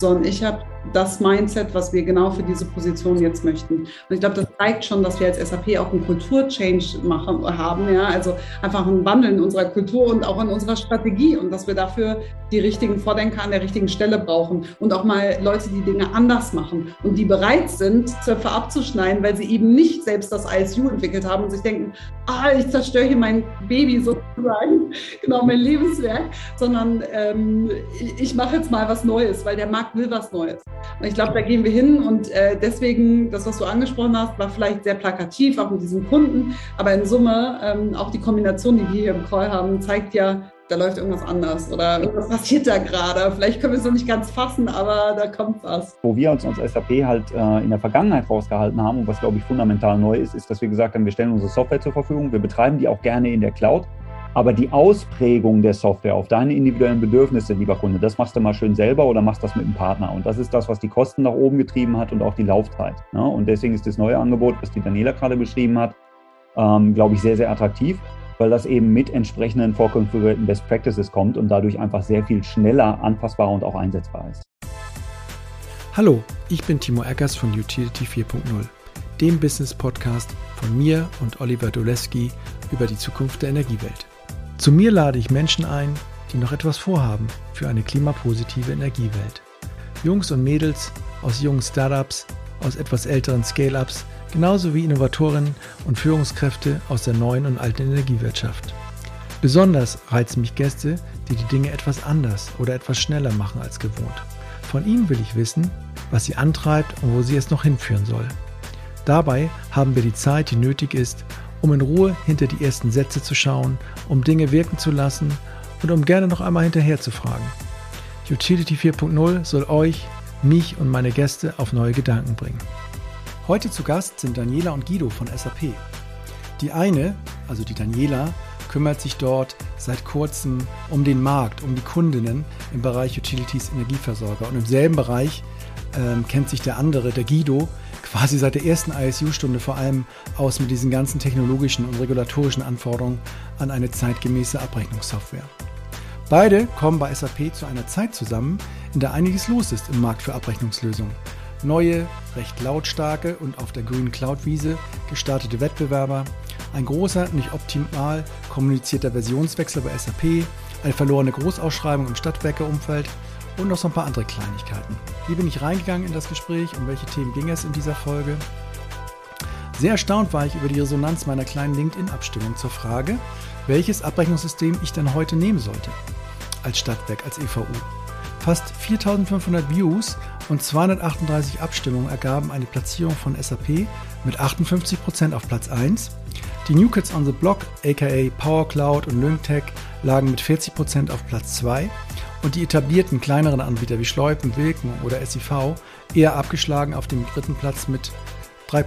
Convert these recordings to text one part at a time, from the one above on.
sondern ich habe das Mindset, was wir genau für diese Position jetzt möchten. Und ich glaube, das zeigt schon, dass wir als SAP auch einen Kultur-Change haben, ja, also einfach einen Wandel in unserer Kultur und auch in unserer Strategie und dass wir dafür die richtigen Vordenker an der richtigen Stelle brauchen und auch mal Leute, die Dinge anders machen und die bereit sind, Zöpfe abzuschneiden, weil sie eben nicht selbst das ISU entwickelt haben und sich denken, ich zerstöre hier mein Baby sozusagen, genau, mein Lebenswerk, sondern ich mache jetzt mal was Neues, weil der Markt will was Neues. Und ich glaube, da gehen wir hin und deswegen, das, was du angesprochen hast, war vielleicht sehr plakativ, auch mit diesem Kunden, aber in Summe auch die Kombination, die wir hier im Call haben, zeigt ja, da läuft irgendwas anders oder irgendwas passiert da gerade. Vielleicht können wir es noch nicht ganz fassen, aber da kommt was. Wo wir uns als SAP halt in der Vergangenheit rausgehalten haben und was, glaube ich, fundamental neu ist, dass wir gesagt haben, wir stellen unsere Software zur Verfügung, wir betreiben die auch gerne in der Cloud, aber die Ausprägung der Software auf deine individuellen Bedürfnisse, lieber Kunde, das machst du mal schön selber oder machst das mit einem Partner. Und das ist das, was die Kosten nach oben getrieben hat und auch die Laufzeit. Ne? Und deswegen ist das neue Angebot, was die Daniela gerade beschrieben hat, glaube ich, sehr, sehr attraktiv, weil das eben mit entsprechenden vorkonfigurierten Best Practices kommt und dadurch einfach sehr viel schneller anpassbar und auch einsetzbar ist. Hallo, ich bin Timo Eckers von Utility 4.0, dem Business-Podcast von mir und Oliver Dolewski über die Zukunft der Energiewelt. Zu mir lade ich Menschen ein, die noch etwas vorhaben für eine klimapositive Energiewelt. Jungs und Mädels aus jungen Startups, aus etwas älteren Scale-Ups, genauso wie Innovatorinnen und Führungskräfte aus der neuen und alten Energiewirtschaft. Besonders reizen mich Gäste, die die Dinge etwas anders oder etwas schneller machen als gewohnt. Von ihnen will ich wissen, was sie antreibt und wo sie es noch hinführen soll. Dabei haben wir die Zeit, die nötig ist, um in Ruhe hinter die ersten Sätze zu schauen, um Dinge wirken zu lassen und um gerne noch einmal hinterher zu fragen. Utility 4.0 soll euch, mich und meine Gäste auf neue Gedanken bringen. Heute zu Gast sind Daniela und Guido von SAP. Die eine, also die Daniela, kümmert sich dort seit kurzem um den Markt, um die Kundinnen im Bereich Utilities Energieversorger. Und im selben Bereich kennt sich der andere, der Guido, quasi seit der ersten ISU-Stunde vor allem aus mit diesen ganzen technologischen und regulatorischen Anforderungen an eine zeitgemäße Abrechnungssoftware. Beide kommen bei SAP zu einer Zeit zusammen, in der einiges los ist im Markt für Abrechnungslösungen. Neue, recht lautstarke und auf der grünen Cloud-Wiese gestartete Wettbewerber, ein großer, nicht optimal kommunizierter Versionswechsel bei SAP, eine verlorene Großausschreibung im Stadtwerke-Umfeld und noch so ein paar andere Kleinigkeiten. Wie bin ich reingegangen in das Gespräch? Um welche Themen ging es in dieser Folge? Sehr erstaunt war ich über die Resonanz meiner kleinen LinkedIn-Abstimmung zur Frage, welches Abrechnungssystem ich denn heute nehmen sollte. Als Stadtwerk, als EVU. Fast 4.500 Views und 238 Abstimmungen ergaben eine Platzierung von SAP mit 58% auf Platz 1. Die New Kids on the Block, aka Power Cloud und LyncTech, lagen mit 40% auf Platz 2 und die etablierten kleineren Anbieter wie Schleupen, Wilken oder SIV eher abgeschlagen auf dem dritten Platz mit 3%.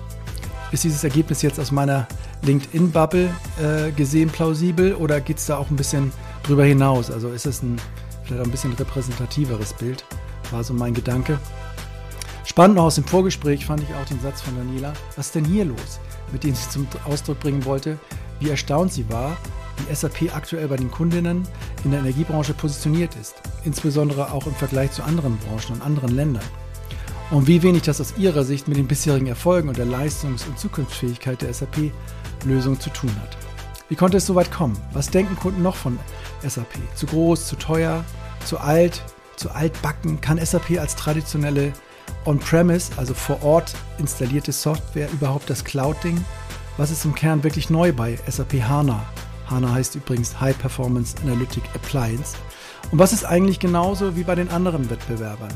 Ist dieses Ergebnis jetzt aus meiner LinkedIn-Bubble gesehen plausibel oder geht es da auch ein bisschen drüber hinaus? Also ist es vielleicht ein bisschen repräsentativeres Bild, war so mein Gedanke. Spannend noch aus dem Vorgespräch fand ich auch den Satz von Daniela, was ist denn hier los, mit dem sie zum Ausdruck bringen wollte, wie erstaunt sie war, wie SAP aktuell bei den Kundinnen in der Energiebranche positioniert ist, insbesondere auch im Vergleich zu anderen Branchen und anderen Ländern. Und wie wenig das aus ihrer Sicht mit den bisherigen Erfolgen und der Leistungs- und Zukunftsfähigkeit der SAP-Lösung zu tun hat. Wie konnte es so weit kommen? Was denken Kunden noch von SAP? Zu groß, zu teuer, zu alt, zu altbacken? Kann SAP als traditionelle On-Premise, also vor Ort installierte Software, überhaupt das Cloud-Ding? Was ist im Kern wirklich neu bei SAP HANA? HANA heißt übrigens High Performance Analytic Appliance. Und was ist eigentlich genauso wie bei den anderen Wettbewerbern?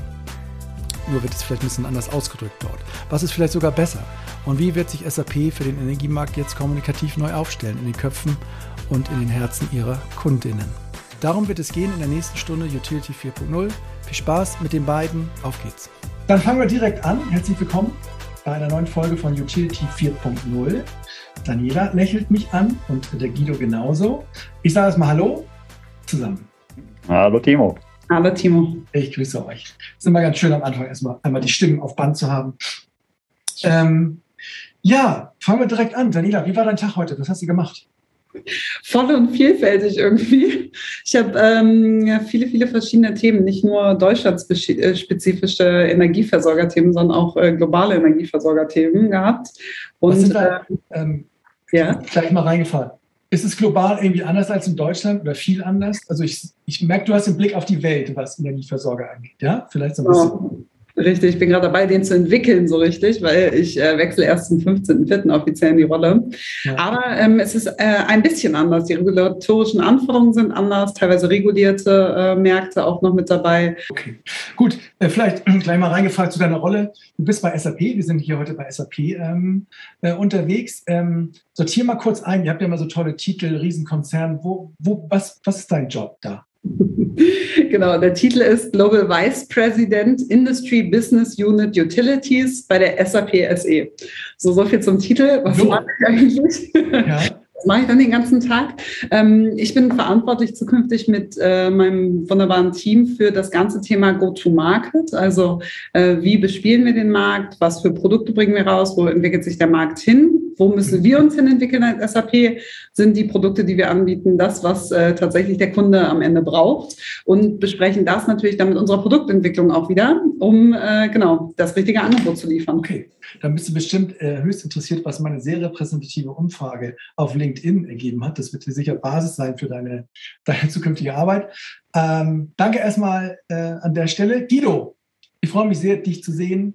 Nur wird es vielleicht ein bisschen anders ausgedrückt dort. Was ist vielleicht sogar besser? Und wie wird sich SAP für den Energiemarkt jetzt kommunikativ neu aufstellen in den Köpfen und in den Herzen ihrer Kundinnen? Darum wird es gehen in der nächsten Stunde Utility 4.0. Viel Spaß mit den beiden. Auf geht's. Dann fangen wir direkt an. Herzlich willkommen bei einer neuen Folge von Utility 4.0. Daniela lächelt mich an und der Guido genauso. Ich sage erstmal Hallo zusammen. Hallo Timo. Hallo Timo. Ich grüße euch. Es ist immer ganz schön am Anfang erstmal einmal die Stimmen auf Band zu haben. Ja, fangen wir direkt an. Daniela, wie war dein Tag heute? Was hast du gemacht? Voll und vielfältig irgendwie. Ich habe viele verschiedene Themen, nicht nur deutschlandspezifische Energieversorgerthemen, sondern auch globale Energieversorgerthemen gehabt. Und was sind da, ja. gleich mal reingefahren. Ist es global irgendwie anders als in Deutschland oder viel anders? Also ich merke, du hast den Blick auf die Welt, was Energieversorger angeht. Ja, vielleicht so ein bisschen. Oh. Richtig, ich bin gerade dabei, den zu entwickeln, so richtig, weil ich wechsle erst zum 15.04. offiziell in die Rolle. Ja. Aber es ist ein bisschen anders. Die regulatorischen Anforderungen sind anders, teilweise regulierte Märkte auch noch mit dabei. Okay, gut. Vielleicht gleich mal reingefragt zu deiner Rolle. Du bist bei SAP, wir sind hier heute bei SAP unterwegs. Sortier mal kurz ein, ihr habt ja immer so tolle Titel, Riesenkonzern. Was ist dein Job da? Genau, der Titel ist Global Vice President Industry Business Unit Utilities bei der SAP SE. So viel zum Titel. Was mache ich eigentlich? Ja. Was mache ich dann den ganzen Tag? Ich bin verantwortlich zukünftig mit meinem wunderbaren Team für das ganze Thema Go-to-Market. Also wie bespielen wir den Markt? Was für Produkte bringen wir raus? Wo entwickelt sich der Markt hin? Wo müssen wir uns hin entwickeln als SAP? Sind die Produkte, die wir anbieten, das, was tatsächlich der Kunde am Ende braucht? Und besprechen das natürlich dann mit unserer Produktentwicklung auch wieder, um genau das richtige Angebot zu liefern. Okay, dann bist du bestimmt höchst interessiert, was meine sehr repräsentative Umfrage auf LinkedIn ergeben hat. Das wird dir sicher Basis sein für deine zukünftige Arbeit. Danke erstmal an der Stelle. Guido, ich freue mich sehr, dich zu sehen.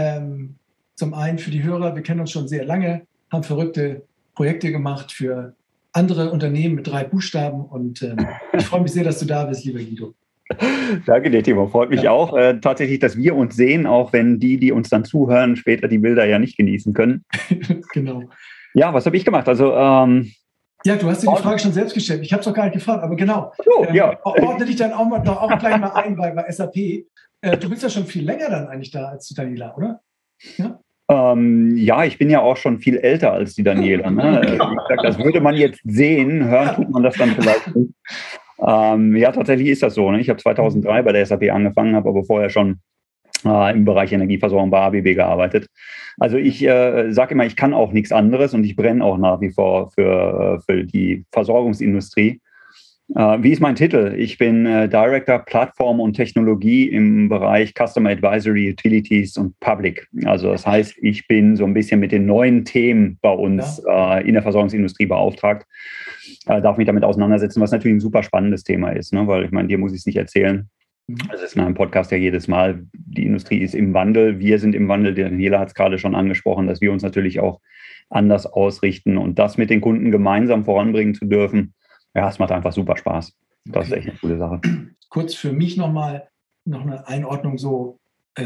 Zum einen für die Hörer, wir kennen uns schon sehr lange, haben verrückte Projekte gemacht für andere Unternehmen mit 3 Buchstaben und ich freue mich sehr, dass du da bist, lieber Guido. Danke dir, Timo. Freut mich auch tatsächlich, dass wir uns sehen, auch wenn die uns dann zuhören, später die Bilder ja nicht genießen können. Genau. Ja, was habe ich gemacht? Also ja, du hast dir die Frage schon selbst gestellt. Ich habe es doch gar nicht gefragt, aber genau. Ordne dich dann auch gleich mal ein bei SAP. Du bist ja schon viel länger dann eigentlich da als die Daniela, oder? Ja? Ja, ich bin ja auch schon viel älter als die Daniela. Ne? Wie gesagt, das würde man jetzt sehen, hören tut man das dann vielleicht nicht. Ja, tatsächlich ist das so. Ne? Ich habe 2003 bei der SAP angefangen, habe aber vorher schon im Bereich Energieversorgung bei ABB gearbeitet. Also ich sage immer, ich kann auch nichts anderes und ich brenne auch nach wie vor für die Versorgungsindustrie. Wie ist mein Titel? Ich bin Director Plattform und Technologie im Bereich Customer Advisory, Utilities und Public. Also das heißt, ich bin so ein bisschen mit den neuen Themen bei uns in der Versorgungsindustrie beauftragt. Darf mich damit auseinandersetzen, was natürlich ein super spannendes Thema ist, ne? Weil ich meine, dir muss ich es nicht erzählen. Also es ist in einem Podcast ja jedes Mal, die Industrie ist im Wandel, wir sind im Wandel. Daniela hat es gerade schon angesprochen, dass wir uns natürlich auch anders ausrichten und das mit den Kunden gemeinsam voranbringen zu dürfen. Ja, es macht einfach super Spaß. Das ist echt eine coole Sache. Kurz für mich noch eine Einordnung so,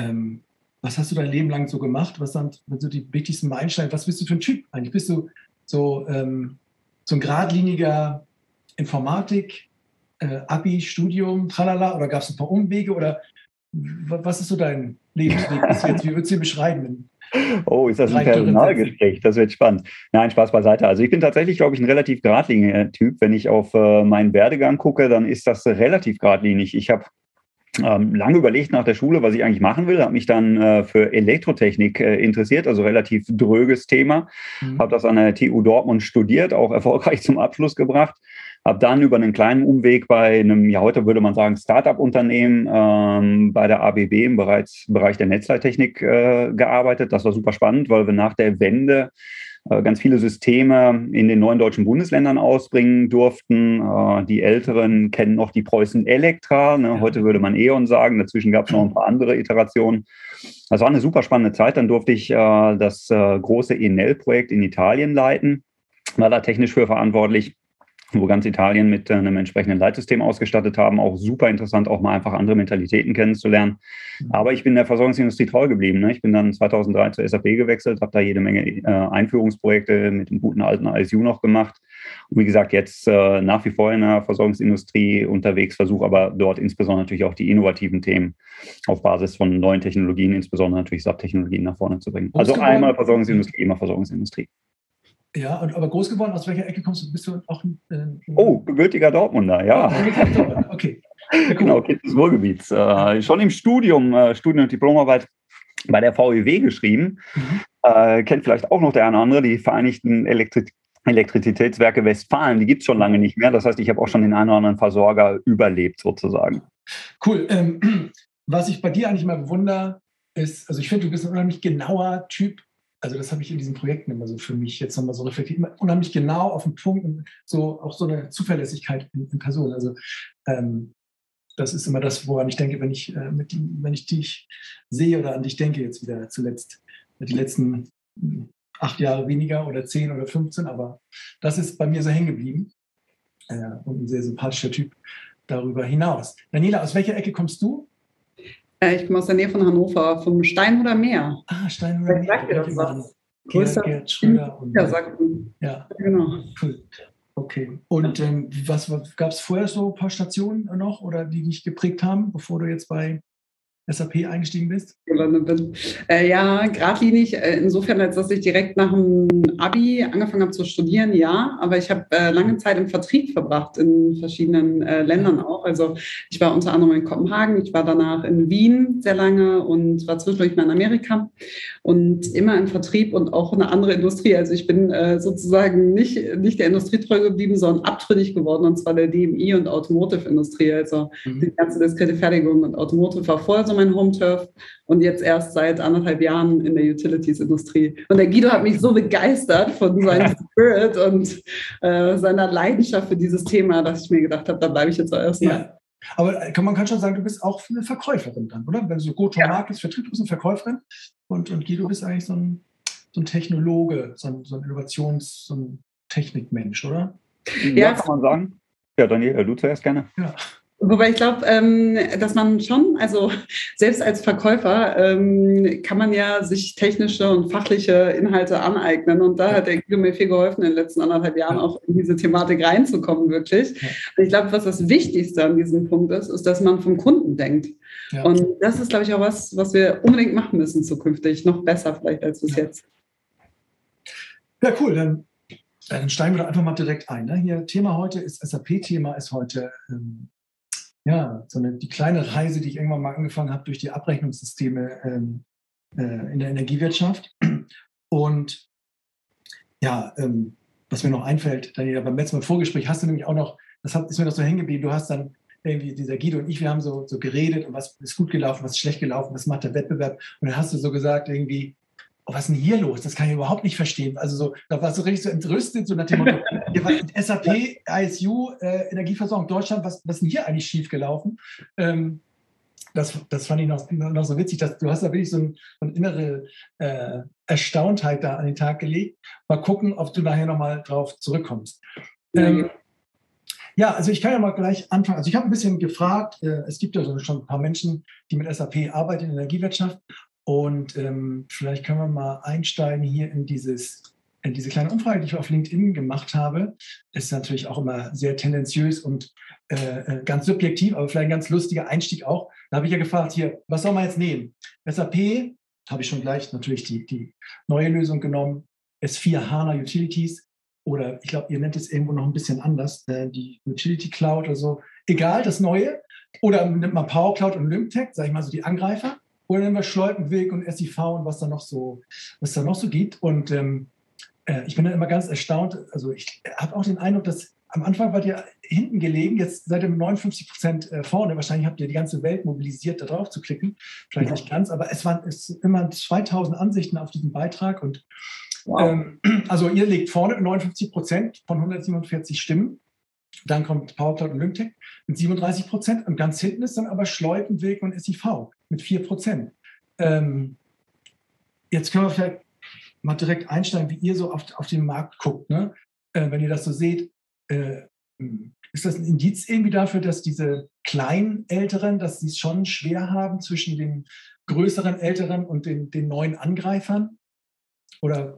was hast du dein Leben lang so gemacht? Was sind so die wichtigsten Meilensteine? Was bist du für ein Typ eigentlich? Bist du so ein geradliniger Informatik, Abi, Studium, tralala, oder gab es ein paar Umwege? Oder was ist so dein Lebensweg bis jetzt? Wie würdest du ihn beschreiben? Oh, ist das ein Personalgespräch? Das wird spannend. Nein, Spaß beiseite. Also ich bin tatsächlich, glaube ich, ein relativ geradliniger Typ. Wenn ich auf meinen Werdegang gucke, dann ist das relativ geradlinig. Ich habe lange überlegt nach der Schule, was ich eigentlich machen will, habe mich dann für Elektrotechnik interessiert, also relativ dröges Thema. Habe das an der TU Dortmund studiert, auch erfolgreich zum Abschluss gebracht. Habe dann über einen kleinen Umweg bei einem, ja heute würde man sagen, Start-up-Unternehmen bei der ABB im Bereich der Netzleittechnik gearbeitet. Das war super spannend, weil wir nach der Wende ganz viele Systeme in den neuen deutschen Bundesländern ausbringen durften. Die Älteren kennen noch die Preußen Elektra, ne? Heute würde man E.ON sagen. Dazwischen gab es noch ein paar andere Iterationen. Das war eine super spannende Zeit. Dann durfte ich das große Enel-Projekt in Italien leiten, war da technisch für verantwortlich, wo ganz Italien mit einem entsprechenden Leitsystem ausgestattet haben. Auch super interessant, auch mal einfach andere Mentalitäten kennenzulernen. Aber ich bin der Versorgungsindustrie treu geblieben. Ne? Ich bin dann 2003 zur SAP gewechselt, habe da jede Menge Einführungsprojekte mit dem guten alten ISU noch gemacht. Und wie gesagt, jetzt nach wie vor in der Versorgungsindustrie unterwegs, versuche aber dort insbesondere natürlich auch die innovativen Themen auf Basis von neuen Technologien, insbesondere natürlich SAP-Technologien nach vorne zu bringen. Also einmal Versorgungsindustrie, immer Versorgungsindustrie. Ja, aber groß geworden, aus welcher Ecke kommst du? Bist du auch gebürtiger Dortmunder, ja. Okay. Genau, Kind des Ruhrgebiets. Schon im Studium und Diplomarbeit bei der VEW geschrieben. Kennt vielleicht auch noch der eine oder andere, die Vereinigten Elektrizitätswerke Westfalen, die gibt es schon lange nicht mehr. Das heißt, ich habe auch schon den einen oder anderen Versorger überlebt sozusagen. Cool. Was ich bei dir eigentlich mal bewundere, ist, also ich finde, du bist ein unheimlich genauer Typ. Also das habe ich in diesen Projekten immer so für mich jetzt nochmal so reflektiert, immer unheimlich genau auf den Punkt und so auch so eine Zuverlässigkeit in Person. Also das ist immer das, woran ich denke, wenn ich dich sehe oder an dich denke, jetzt wieder zuletzt, die letzten 8 Jahre weniger oder 10 oder 15, aber das ist bei mir so hängen geblieben und ein sehr sympathischer Typ darüber hinaus. Daniela, aus welcher Ecke kommst du? Ich komme aus der Nähe von Hannover, vom Steinhuder Meer. Ah, Steinhuder Meer. Sagt ihr das was? Gerd Schröder. Ja, sagt man. Ja, genau. Cool. Okay. Und was gab es vorher so ein paar Stationen noch oder die dich geprägt haben, bevor du jetzt bei SAP eingestiegen bist? Ja, geradlinig. Insofern, als dass ich direkt nach dem Abi angefangen habe zu studieren, ja. Aber ich habe lange Zeit im Vertrieb verbracht, in verschiedenen Ländern auch. Also ich war unter anderem in Kopenhagen, ich war danach in Wien sehr lange und war zwischendurch mal in Amerika. Und immer im Vertrieb und auch eine andere Industrie. Also ich bin sozusagen nicht der Industrie treu geblieben, sondern abtrünnig geworden. Und zwar der DMI- und Automotive-Industrie. Also die ganze diskrete Fertigung und Automotive war vorher so mein Home-Turf und jetzt erst seit 1,5 Jahren in der Utilities-Industrie. Und der Guido hat mich so begeistert von seinem Spirit und seiner Leidenschaft für dieses Thema, dass ich mir gedacht habe, da bleibe ich jetzt auch erstmal. Ja. Aber man kann schon sagen, du bist auch eine Verkäuferin dann, oder? Wenn du so Go-to-Market ist, Vertrieb, du bist eine Verkäuferin und Guido ist eigentlich so ein Technologe, so ein Innovations-, so ein Technikmensch, oder? Ja, kann man sagen. Ja, Daniel, du zuerst gerne. Ja. Wobei ich glaube, dass man schon, also selbst als Verkäufer kann man ja sich technische und fachliche Inhalte aneignen. Und da hat der Guido mir viel geholfen, in den letzten 1,5 Jahren auch in diese Thematik reinzukommen, wirklich. Ja. Und ich glaube, was das Wichtigste an diesem Punkt ist, dass man vom Kunden denkt. Ja. Und das ist, glaube ich, auch was wir unbedingt machen müssen zukünftig. Noch besser vielleicht als bis jetzt. Ja, cool. Dann steigen wir doch einfach mal direkt ein. Ne? Hier, Thema heute ist, SAP-Thema ist heute die kleine Reise, die ich irgendwann mal angefangen habe durch die Abrechnungssysteme in der Energiewirtschaft. Und ja, was mir noch einfällt, Daniela, beim letzten Mal Vorgespräch hast du nämlich auch noch, ist mir noch so hängen geblieben, du hast dann irgendwie, dieser Guido und ich, wir haben so geredet und was ist gut gelaufen, was ist schlecht gelaufen, was macht der Wettbewerb. Und dann hast du so gesagt irgendwie, oh, was ist denn hier los? Das kann ich überhaupt nicht verstehen. Also so, da warst du richtig so entrüstet, so nach dem Motto, SAP, ISU, Energieversorgung Deutschland, was ist denn hier eigentlich schiefgelaufen? Das fand ich noch so witzig, dass du hast da wirklich so eine innere Erstauntheit da an den Tag gelegt. Mal gucken, ob du nachher nochmal drauf zurückkommst. Ja, also ich kann ja mal gleich anfangen. Also ich habe ein bisschen gefragt, es gibt ja schon ein paar Menschen, die mit SAP arbeiten in der Energiewirtschaft. Und vielleicht können wir mal einsteigen hier in diese kleine Umfrage, die ich auf LinkedIn gemacht habe. Ist natürlich auch immer sehr tendenziös und ganz subjektiv, aber vielleicht ein ganz lustiger Einstieg auch. Da habe ich ja gefragt, hier, was soll man jetzt nehmen? SAP, habe ich schon gleich natürlich die neue Lösung genommen. S4 HANA Utilities oder ich glaube, ihr nennt es irgendwo noch ein bisschen anders, die Utility Cloud oder so. Egal, das Neue. Oder nimmt man Power Cloud und LyncTech, sage ich mal so die Angreifer. Oder nehmen wir Schleupenweg und SIV und was da noch so gibt. Und ich bin dann immer ganz erstaunt. Also ich habe auch den Eindruck, dass am Anfang wart ihr hinten gelegen, jetzt seid ihr mit 59% vorne. Wahrscheinlich habt ihr die ganze Welt mobilisiert, da drauf zu klicken. Vielleicht nicht ganz, aber es waren immer 2000 Ansichten auf diesen Beitrag. Und wow. Also ihr liegt vorne mit 59% von 147 Stimmen. Dann kommt PowerCloud und LyncTech mit 37%. Und ganz hinten ist dann aber Schleupenweg und SIV mit 4%. Jetzt können wir vielleicht mal direkt einsteigen, wie ihr so auf den Markt guckt. Ne? Wenn ihr das so seht, ist das ein Indiz irgendwie dafür, dass diese kleinen Älteren, dass sie es schon schwer haben zwischen den größeren Älteren und den neuen Angreifern? Oder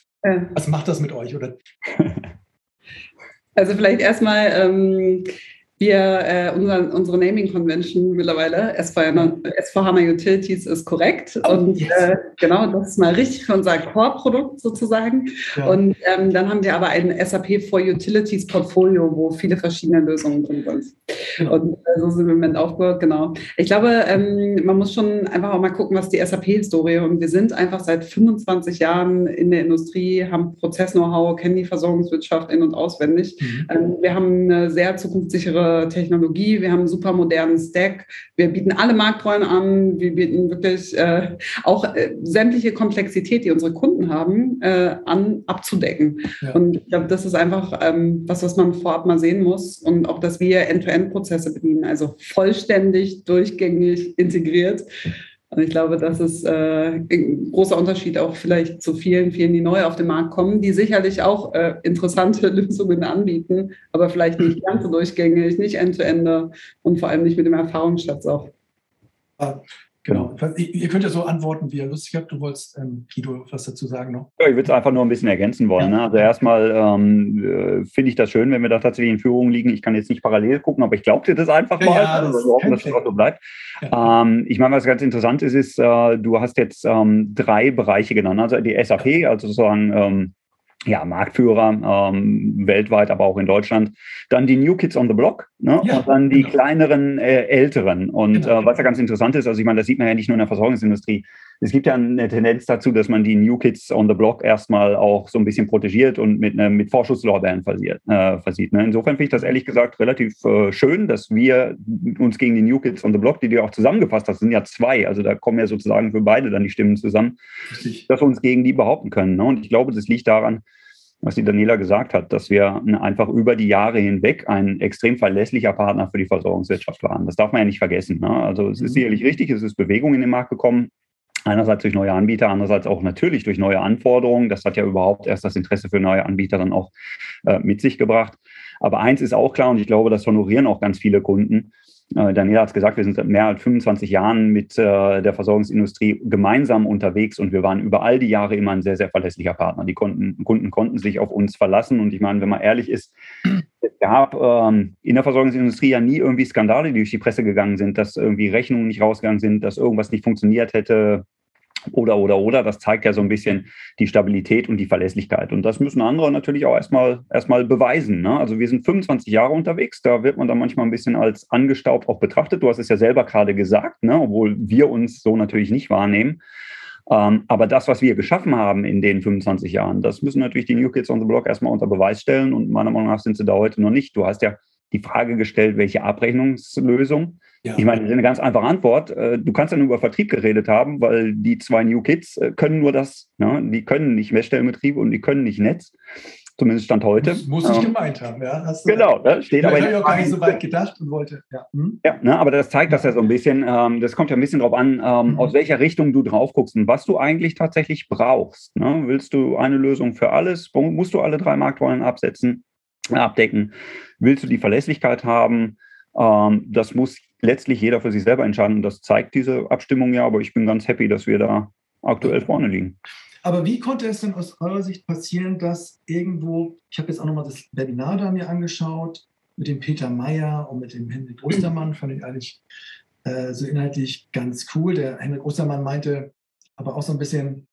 was macht das mit euch? Oder? Also vielleicht erstmal, Unsere Naming Convention mittlerweile, S4HANA Utilities ist korrekt. Und genau, das ist mal richtig für unser Core-Produkt sozusagen. Ja. Und dann haben wir aber ein SAP for Utilities Portfolio, wo viele verschiedene Lösungen drin sind. Genau. Und so sind wir im Moment aufgehört, genau. Ich glaube, man muss schon einfach auch mal gucken, was die SAP-Historie, und wir sind einfach seit 25 Jahren in der Industrie, haben Prozess-Know-how, kennen die Versorgungswirtschaft in- und auswendig. Wir haben eine sehr zukunftssichere Technologie, wir haben einen super modernen Stack, wir bieten alle Marktrollen an, wir bieten wirklich auch sämtliche Komplexität, die unsere Kunden haben, abzudecken. Ja. Und ich glaube, das ist einfach was man vorab mal sehen muss, und auch, dass wir End-to-End-Prozesse bedienen, also vollständig, durchgängig integriert. Und ich glaube, das ist ein großer Unterschied auch vielleicht zu vielen, die neu auf den Markt kommen, die sicherlich auch interessante Lösungen anbieten, aber vielleicht nicht ganz so durchgängig, nicht End-to-Ende und vor allem nicht mit dem Erfahrungsschatz auch. Genau. Ihr könnt ja so antworten, wie ihr lustig habt. Du wolltest, Guido, was dazu sagen noch? Ja, ich würde es einfach nur ein bisschen ergänzen wollen. Ja. Ne? Also erstmal finde ich das schön, wenn wir da tatsächlich in Führung liegen. Ich kann jetzt nicht parallel gucken, aber ich glaube dir das einfach mal. Ja, also wir hoffen, dass das auch so bleibt. Ja. Ich meine, was ganz interessant ist, du hast jetzt 3 Bereiche genannt. Also die SAP, also sozusagen Marktführer weltweit, aber auch in Deutschland. Dann die New Kids on the Block, ne? Ja, und dann die kleineren, älteren. Und was ja ganz interessant ist, also ich meine, das sieht man ja nicht nur in der Versorgungsindustrie. Es gibt ja eine Tendenz dazu, dass man die New Kids on the Block erstmal auch so ein bisschen protegiert und mit Vorschusslorbeeren versieht. Ne? Insofern finde ich das ehrlich gesagt relativ schön, dass wir uns gegen die New Kids on the Block, die du auch zusammengefasst hast, sind ja 2, also da kommen ja sozusagen für beide dann die Stimmen zusammen, dass wir uns gegen die behaupten können. Ne? Und ich glaube, das liegt daran, was die Daniela gesagt hat, dass wir einfach über die Jahre hinweg ein extrem verlässlicher Partner für die Versorgungswirtschaft waren. Das darf man ja nicht vergessen. Ne? Also es ist sicherlich richtig, es ist Bewegung in den Markt gekommen. Einerseits durch neue Anbieter, andererseits auch natürlich durch neue Anforderungen. Das hat ja überhaupt erst das Interesse für neue Anbieter dann auch mit sich gebracht. Aber eins ist auch klar, und ich glaube, das honorieren auch ganz viele Kunden. Daniela hat es gesagt, wir sind seit mehr als 25 Jahren mit der Versorgungsindustrie gemeinsam unterwegs, und wir waren über all die Jahre immer ein sehr, sehr verlässlicher Partner. Die Kunden konnten sich auf uns verlassen, und ich meine, wenn man ehrlich ist, es gab in der Versorgungsindustrie ja nie irgendwie Skandale, die durch die Presse gegangen sind, dass irgendwie Rechnungen nicht rausgegangen sind, dass irgendwas nicht funktioniert hätte. Oder. Das zeigt ja so ein bisschen die Stabilität und die Verlässlichkeit. Und das müssen andere natürlich auch erstmal beweisen. Ne? Also wir sind 25 Jahre unterwegs. Da wird man dann manchmal ein bisschen als angestaubt auch betrachtet. Du hast es ja selber gerade gesagt, ne? Obwohl wir uns so natürlich nicht wahrnehmen. Aber das, was wir geschaffen haben in den 25 Jahren, das müssen natürlich die New Kids on the Block erstmal unter Beweis stellen. Und meiner Meinung nach sind sie da heute noch nicht. Du hast ja die Frage gestellt, welche Abrechnungslösung. Ja. Ich meine, das ist eine ganz einfache Antwort. Du kannst ja nur über Vertrieb geredet haben, weil die 2 New Kids können nur das. Ne? Die können nicht Messstellenbetrieb und die können nicht Netz. Zumindest Stand heute. Muss ich gemeint haben, ja. Genau, steht aber. Ich habe auch gar nicht so weit gedacht und wollte. Ja, ja, ne, aber das zeigt das ja so ein bisschen. Das kommt ja ein bisschen drauf an, aus welcher Richtung du drauf guckst und was du eigentlich tatsächlich brauchst. Ne? Willst du eine Lösung für alles? Musst du alle 3 Marktrollen abdecken? Willst du die Verlässlichkeit haben? Das muss letztlich jeder für sich selber entscheiden. Und das zeigt diese Abstimmung ja. Aber ich bin ganz happy, dass wir da aktuell vorne liegen. Aber wie konnte es denn aus eurer Sicht passieren, dass irgendwo, ich habe jetzt auch nochmal das Webinar da mir angeschaut, mit dem Peter Meyer und mit dem Henrik Ostermann, fand ich eigentlich so inhaltlich ganz cool. Der Henrik Ostermann meinte aber auch so ein bisschen,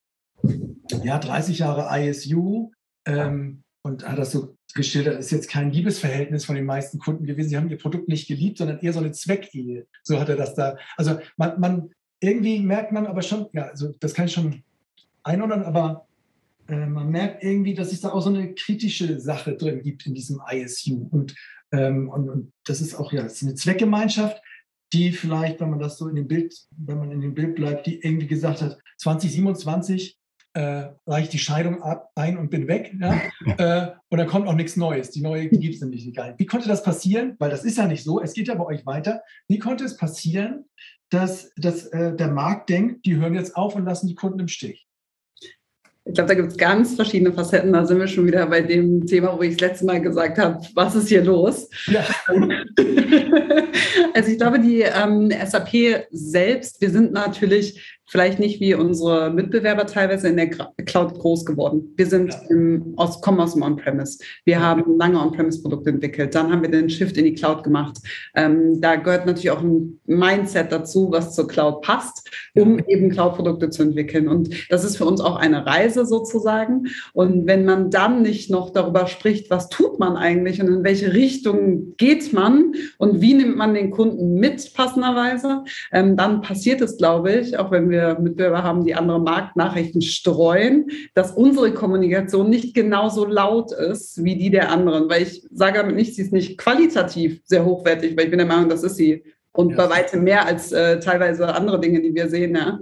30 Jahre ISU und hat das so geschildert, ist jetzt kein Liebesverhältnis von den meisten Kunden gewesen. Sie haben ihr Produkt nicht geliebt, sondern eher so eine Zweckehe. So hat er das da. Also man irgendwie merkt man aber schon, also das kann ich schon einordnen, aber man merkt irgendwie, dass es da auch so eine kritische Sache drin gibt in diesem ISU. Und das ist auch, das ist eine Zweckgemeinschaft, die vielleicht, wenn man in dem Bild bleibt, die irgendwie gesagt hat, 2027 reicht die Scheidung ein und bin weg. Ja? Und dann kommt auch nichts Neues. Die gibt es nämlich nicht. Wie konnte das passieren? Weil das ist ja nicht so. Es geht ja bei euch weiter. Wie konnte es passieren, dass der Markt denkt, die hören jetzt auf und lassen die Kunden im Stich? Ich glaube, da gibt es ganz verschiedene Facetten. Da sind wir schon wieder bei dem Thema, wo ich das letzte Mal gesagt habe, was ist hier los? Ja. Also ich glaube, die SAP selbst, wir sind natürlich vielleicht nicht wie unsere Mitbewerber teilweise in der Cloud groß geworden. Wir sind kommen aus dem On-Premise. Wir haben lange On-Premise-Produkte entwickelt. Dann haben wir den Shift in die Cloud gemacht. Da gehört natürlich auch ein Mindset dazu, was zur Cloud passt, um eben Cloud-Produkte zu entwickeln. Und das ist für uns auch eine Reise sozusagen. Und wenn man dann nicht noch darüber spricht, was tut man eigentlich und in welche Richtung geht man und wie nimmt man den Kunden mit passenderweise, dann passiert es, glaube ich, auch wenn wir Mitbewerber haben, die andere Marktnachrichten streuen, dass unsere Kommunikation nicht genauso laut ist wie die der anderen. Weil ich sage damit nicht, sie ist nicht qualitativ sehr hochwertig, weil ich bin der Meinung, das ist sie. Und bei weitem mehr als teilweise andere Dinge, die wir sehen. Ja.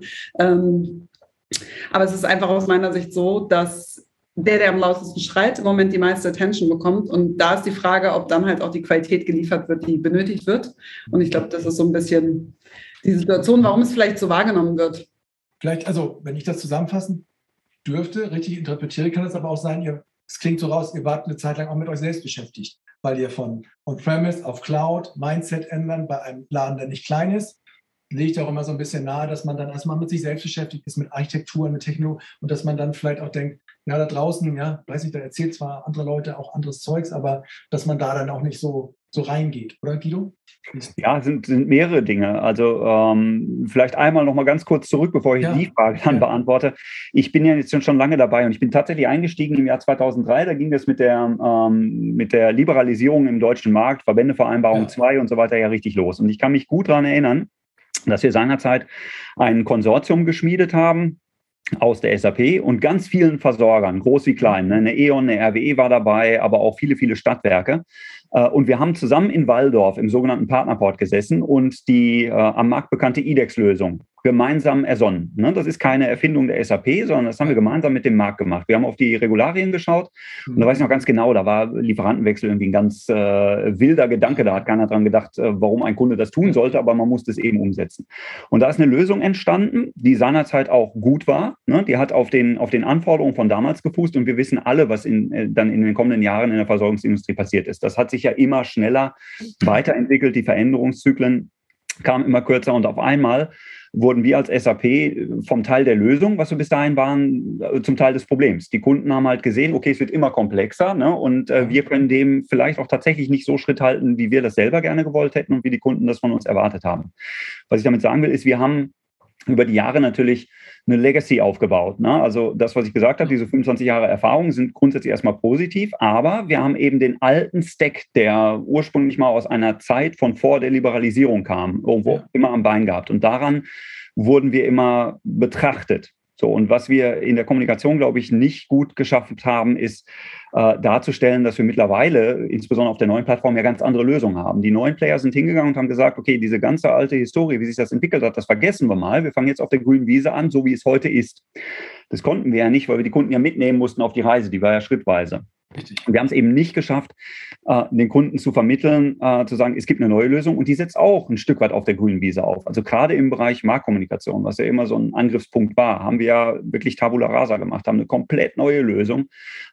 Aber es ist einfach aus meiner Sicht so, dass der am lautesten schreit, im Moment die meiste Attention bekommt. Und da ist die Frage, ob dann halt auch die Qualität geliefert wird, die benötigt wird. Und ich glaube, das ist so ein bisschen die Situation, warum es vielleicht so wahrgenommen wird. Vielleicht, also wenn ich das zusammenfassen dürfte, richtig interpretiere, kann es aber auch sein, es klingt so raus, ihr wart eine Zeit lang auch mit euch selbst beschäftigt, weil ihr von On-Premise auf Cloud, Mindset ändern bei einem Laden, der nicht klein ist, legt auch immer so ein bisschen nahe, dass man dann erstmal mit sich selbst beschäftigt ist, mit Architektur, mit Techno und dass man dann vielleicht auch denkt, ja, da draußen, ja, weiß ich, da erzählt zwar andere Leute auch anderes Zeugs, aber dass man da dann auch nicht so reingeht, oder Guido? Ja, sind mehrere Dinge. Also vielleicht einmal noch mal ganz kurz zurück, bevor ich die Frage dann beantworte. Ich bin ja jetzt schon lange dabei und ich bin tatsächlich eingestiegen im Jahr 2003. Da ging das mit der Liberalisierung im deutschen Markt, Verbändevereinbarung 2 und so weiter ja richtig los. Und ich kann mich gut daran erinnern, dass wir seinerzeit ein Konsortium geschmiedet haben aus der SAP und ganz vielen Versorgern, groß wie klein. Ne? Eine E.ON, eine RWE war dabei, aber auch viele, viele Stadtwerke. Und wir haben zusammen in Walldorf im sogenannten Partnerport gesessen und die am Markt bekannte IDEX-Lösung gemeinsam ersonnen. Ne? Das ist keine Erfindung der SAP, sondern das haben wir gemeinsam mit dem Markt gemacht. Wir haben auf die Regularien geschaut und da weiß ich noch ganz genau, da war Lieferantenwechsel irgendwie ein ganz wilder Gedanke. Da hat keiner dran gedacht, warum ein Kunde das tun sollte, aber man musste es eben umsetzen. Und da ist eine Lösung entstanden, die seinerzeit auch gut war. Ne? Die hat auf den Anforderungen von damals gefußt und wir wissen alle, was dann in den kommenden Jahren in der Versorgungsindustrie passiert ist. Das hat sich ja immer schneller weiterentwickelt, die Veränderungszyklen kamen immer kürzer und auf einmal wurden wir als SAP vom Teil der Lösung, was wir bis dahin waren, zum Teil des Problems. Die Kunden haben halt gesehen, okay, es wird immer komplexer, ne? Und wir können dem vielleicht auch tatsächlich nicht so Schritt halten, wie wir das selber gerne gewollt hätten und wie die Kunden das von uns erwartet haben. Was ich damit sagen will, ist, wir haben über die Jahre natürlich eine Legacy aufgebaut. Ne? Also das, was ich gesagt habe, diese 25 Jahre Erfahrung sind grundsätzlich erstmal positiv, aber wir haben eben den alten Stack, der ursprünglich mal aus einer Zeit von vor der Liberalisierung kam, irgendwo immer am Bein gehabt. Und daran wurden wir immer betrachtet. So, und was wir in der Kommunikation, glaube ich, nicht gut geschafft haben, ist darzustellen, dass wir mittlerweile, insbesondere auf der neuen Plattform, ja ganz andere Lösungen haben. Die neuen Player sind hingegangen und haben gesagt, okay, diese ganze alte Historie, wie sich das entwickelt hat, das vergessen wir mal. Wir fangen jetzt auf der grünen Wiese an, so wie es heute ist. Das konnten wir ja nicht, weil wir die Kunden ja mitnehmen mussten auf die Reise. Die war ja schrittweise. Richtig. Und wir haben es eben nicht geschafft, den Kunden zu vermitteln, zu sagen, es gibt eine neue Lösung und die setzt auch ein Stück weit auf der grünen Wiese auf. Also gerade im Bereich Marktkommunikation, was ja immer so ein Angriffspunkt war, haben wir ja wirklich Tabula rasa gemacht, haben eine komplett neue Lösung,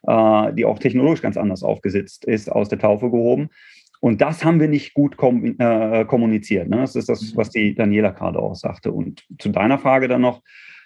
die auch technologisch ganz anders aufgesetzt ist, aus der Taufe gehoben. Und das haben wir nicht gut kommuniziert. Ne? Das ist das, was die Daniela gerade auch sagte. Und zu deiner Frage dann noch,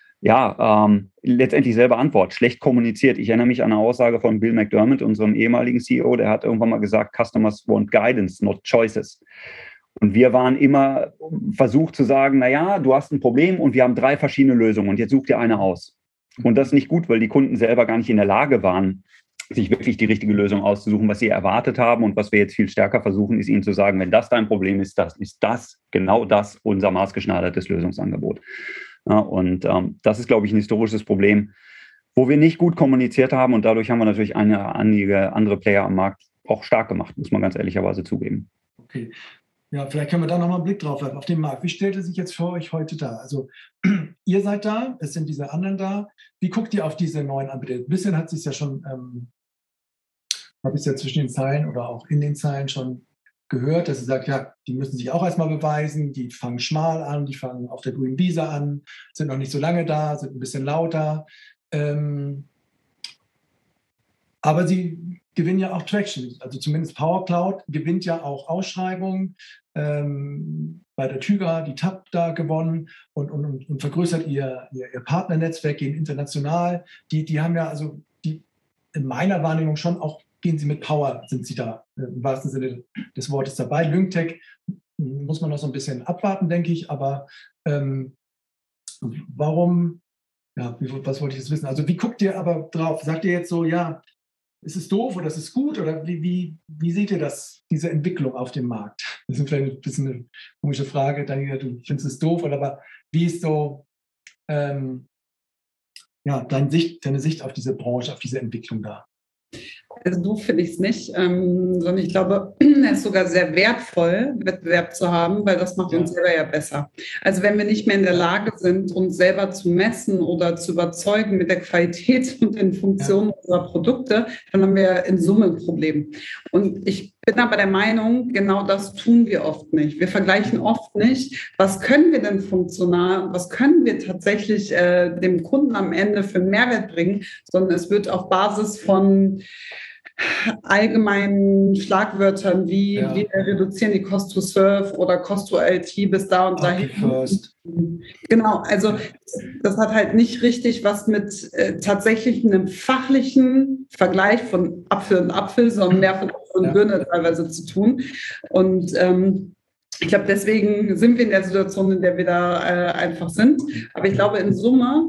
letztendlich selber Antwort, schlecht kommuniziert. Ich erinnere mich an eine Aussage von Bill McDermott, unserem ehemaligen CEO, der hat irgendwann mal gesagt, Customers want guidance, not choices. Und wir waren immer versucht zu sagen, naja, du hast ein Problem und wir haben 3 verschiedene Lösungen und jetzt such dir eine aus. Und das ist nicht gut, weil die Kunden selber gar nicht in der Lage waren, sich wirklich die richtige Lösung auszusuchen, was sie erwartet haben. Und was wir jetzt viel stärker versuchen, ist ihnen zu sagen, wenn das dein Problem ist, genau das unser maßgeschneidertes Lösungsangebot. Ja, und das ist, glaube ich, ein historisches Problem, wo wir nicht gut kommuniziert haben. Und dadurch haben wir natürlich einige andere Player am Markt auch stark gemacht, muss man ganz ehrlicherweise zugeben. Okay. Ja, vielleicht können wir da nochmal einen Blick drauf werfen auf den Markt. Wie stellt er sich jetzt für euch heute dar? Also ihr seid da, es sind diese anderen da. Wie guckt ihr auf diese neuen Anbieter? Ein bisschen hat sich ja schon, habe ich es ja zwischen den Zeilen oder auch in den Zeilen schon gehört, dass sie sagt, ja, die müssen sich auch erstmal beweisen, die fangen schmal an, die fangen auf der grünen Wiese an, sind noch nicht so lange da, sind ein bisschen lauter. Aber sie gewinnen ja auch Traction. Also zumindest Power Cloud gewinnt ja auch Ausschreibungen. Bei der Tyra, die TAP da gewonnen und vergrößert ihr Partnernetzwerk, gehen international. Die haben ja also in meiner Wahrnehmung schon auch, gehen sie mit Power, sind sie da im wahrsten Sinne des Wortes dabei. Lyngtech muss man noch so ein bisschen abwarten, denke ich, aber warum, ja, was wollte ich jetzt wissen? Also wie guckt ihr aber drauf? Sagt ihr jetzt so, ja, ist es doof oder ist es gut? Oder wie seht ihr das, diese Entwicklung auf dem Markt? Das ist vielleicht ein bisschen eine komische Frage, Daniela, du findest es doof, aber wie ist so deine Sicht auf diese Branche, auf diese Entwicklung da? Also so finde ich es nicht, sondern ich glaube, es ist sogar sehr wertvoll, Wettbewerb zu haben, weil das macht uns selber ja besser. Also wenn wir nicht mehr in der Lage sind, uns selber zu messen oder zu überzeugen mit der Qualität und den Funktionen unserer Produkte, dann haben wir in Summe ein Problem. Und ich bin aber der Meinung, genau das tun wir oft nicht. Wir vergleichen oft nicht, was können wir denn funktional und was können wir tatsächlich dem Kunden am Ende für einen Mehrwert bringen, sondern es wird auf Basis von allgemeinen Schlagwörtern wie wir reduzieren die Cost to Serve oder Cost to LT bis da und dahin. Genau, also das hat halt nicht richtig was mit tatsächlich einem fachlichen Vergleich von Apfel und Apfel, sondern mehr von Apfel und Birne teilweise zu tun. Und ich glaube, deswegen sind wir in der Situation, in der wir da einfach sind. Aber ich glaube, in Summe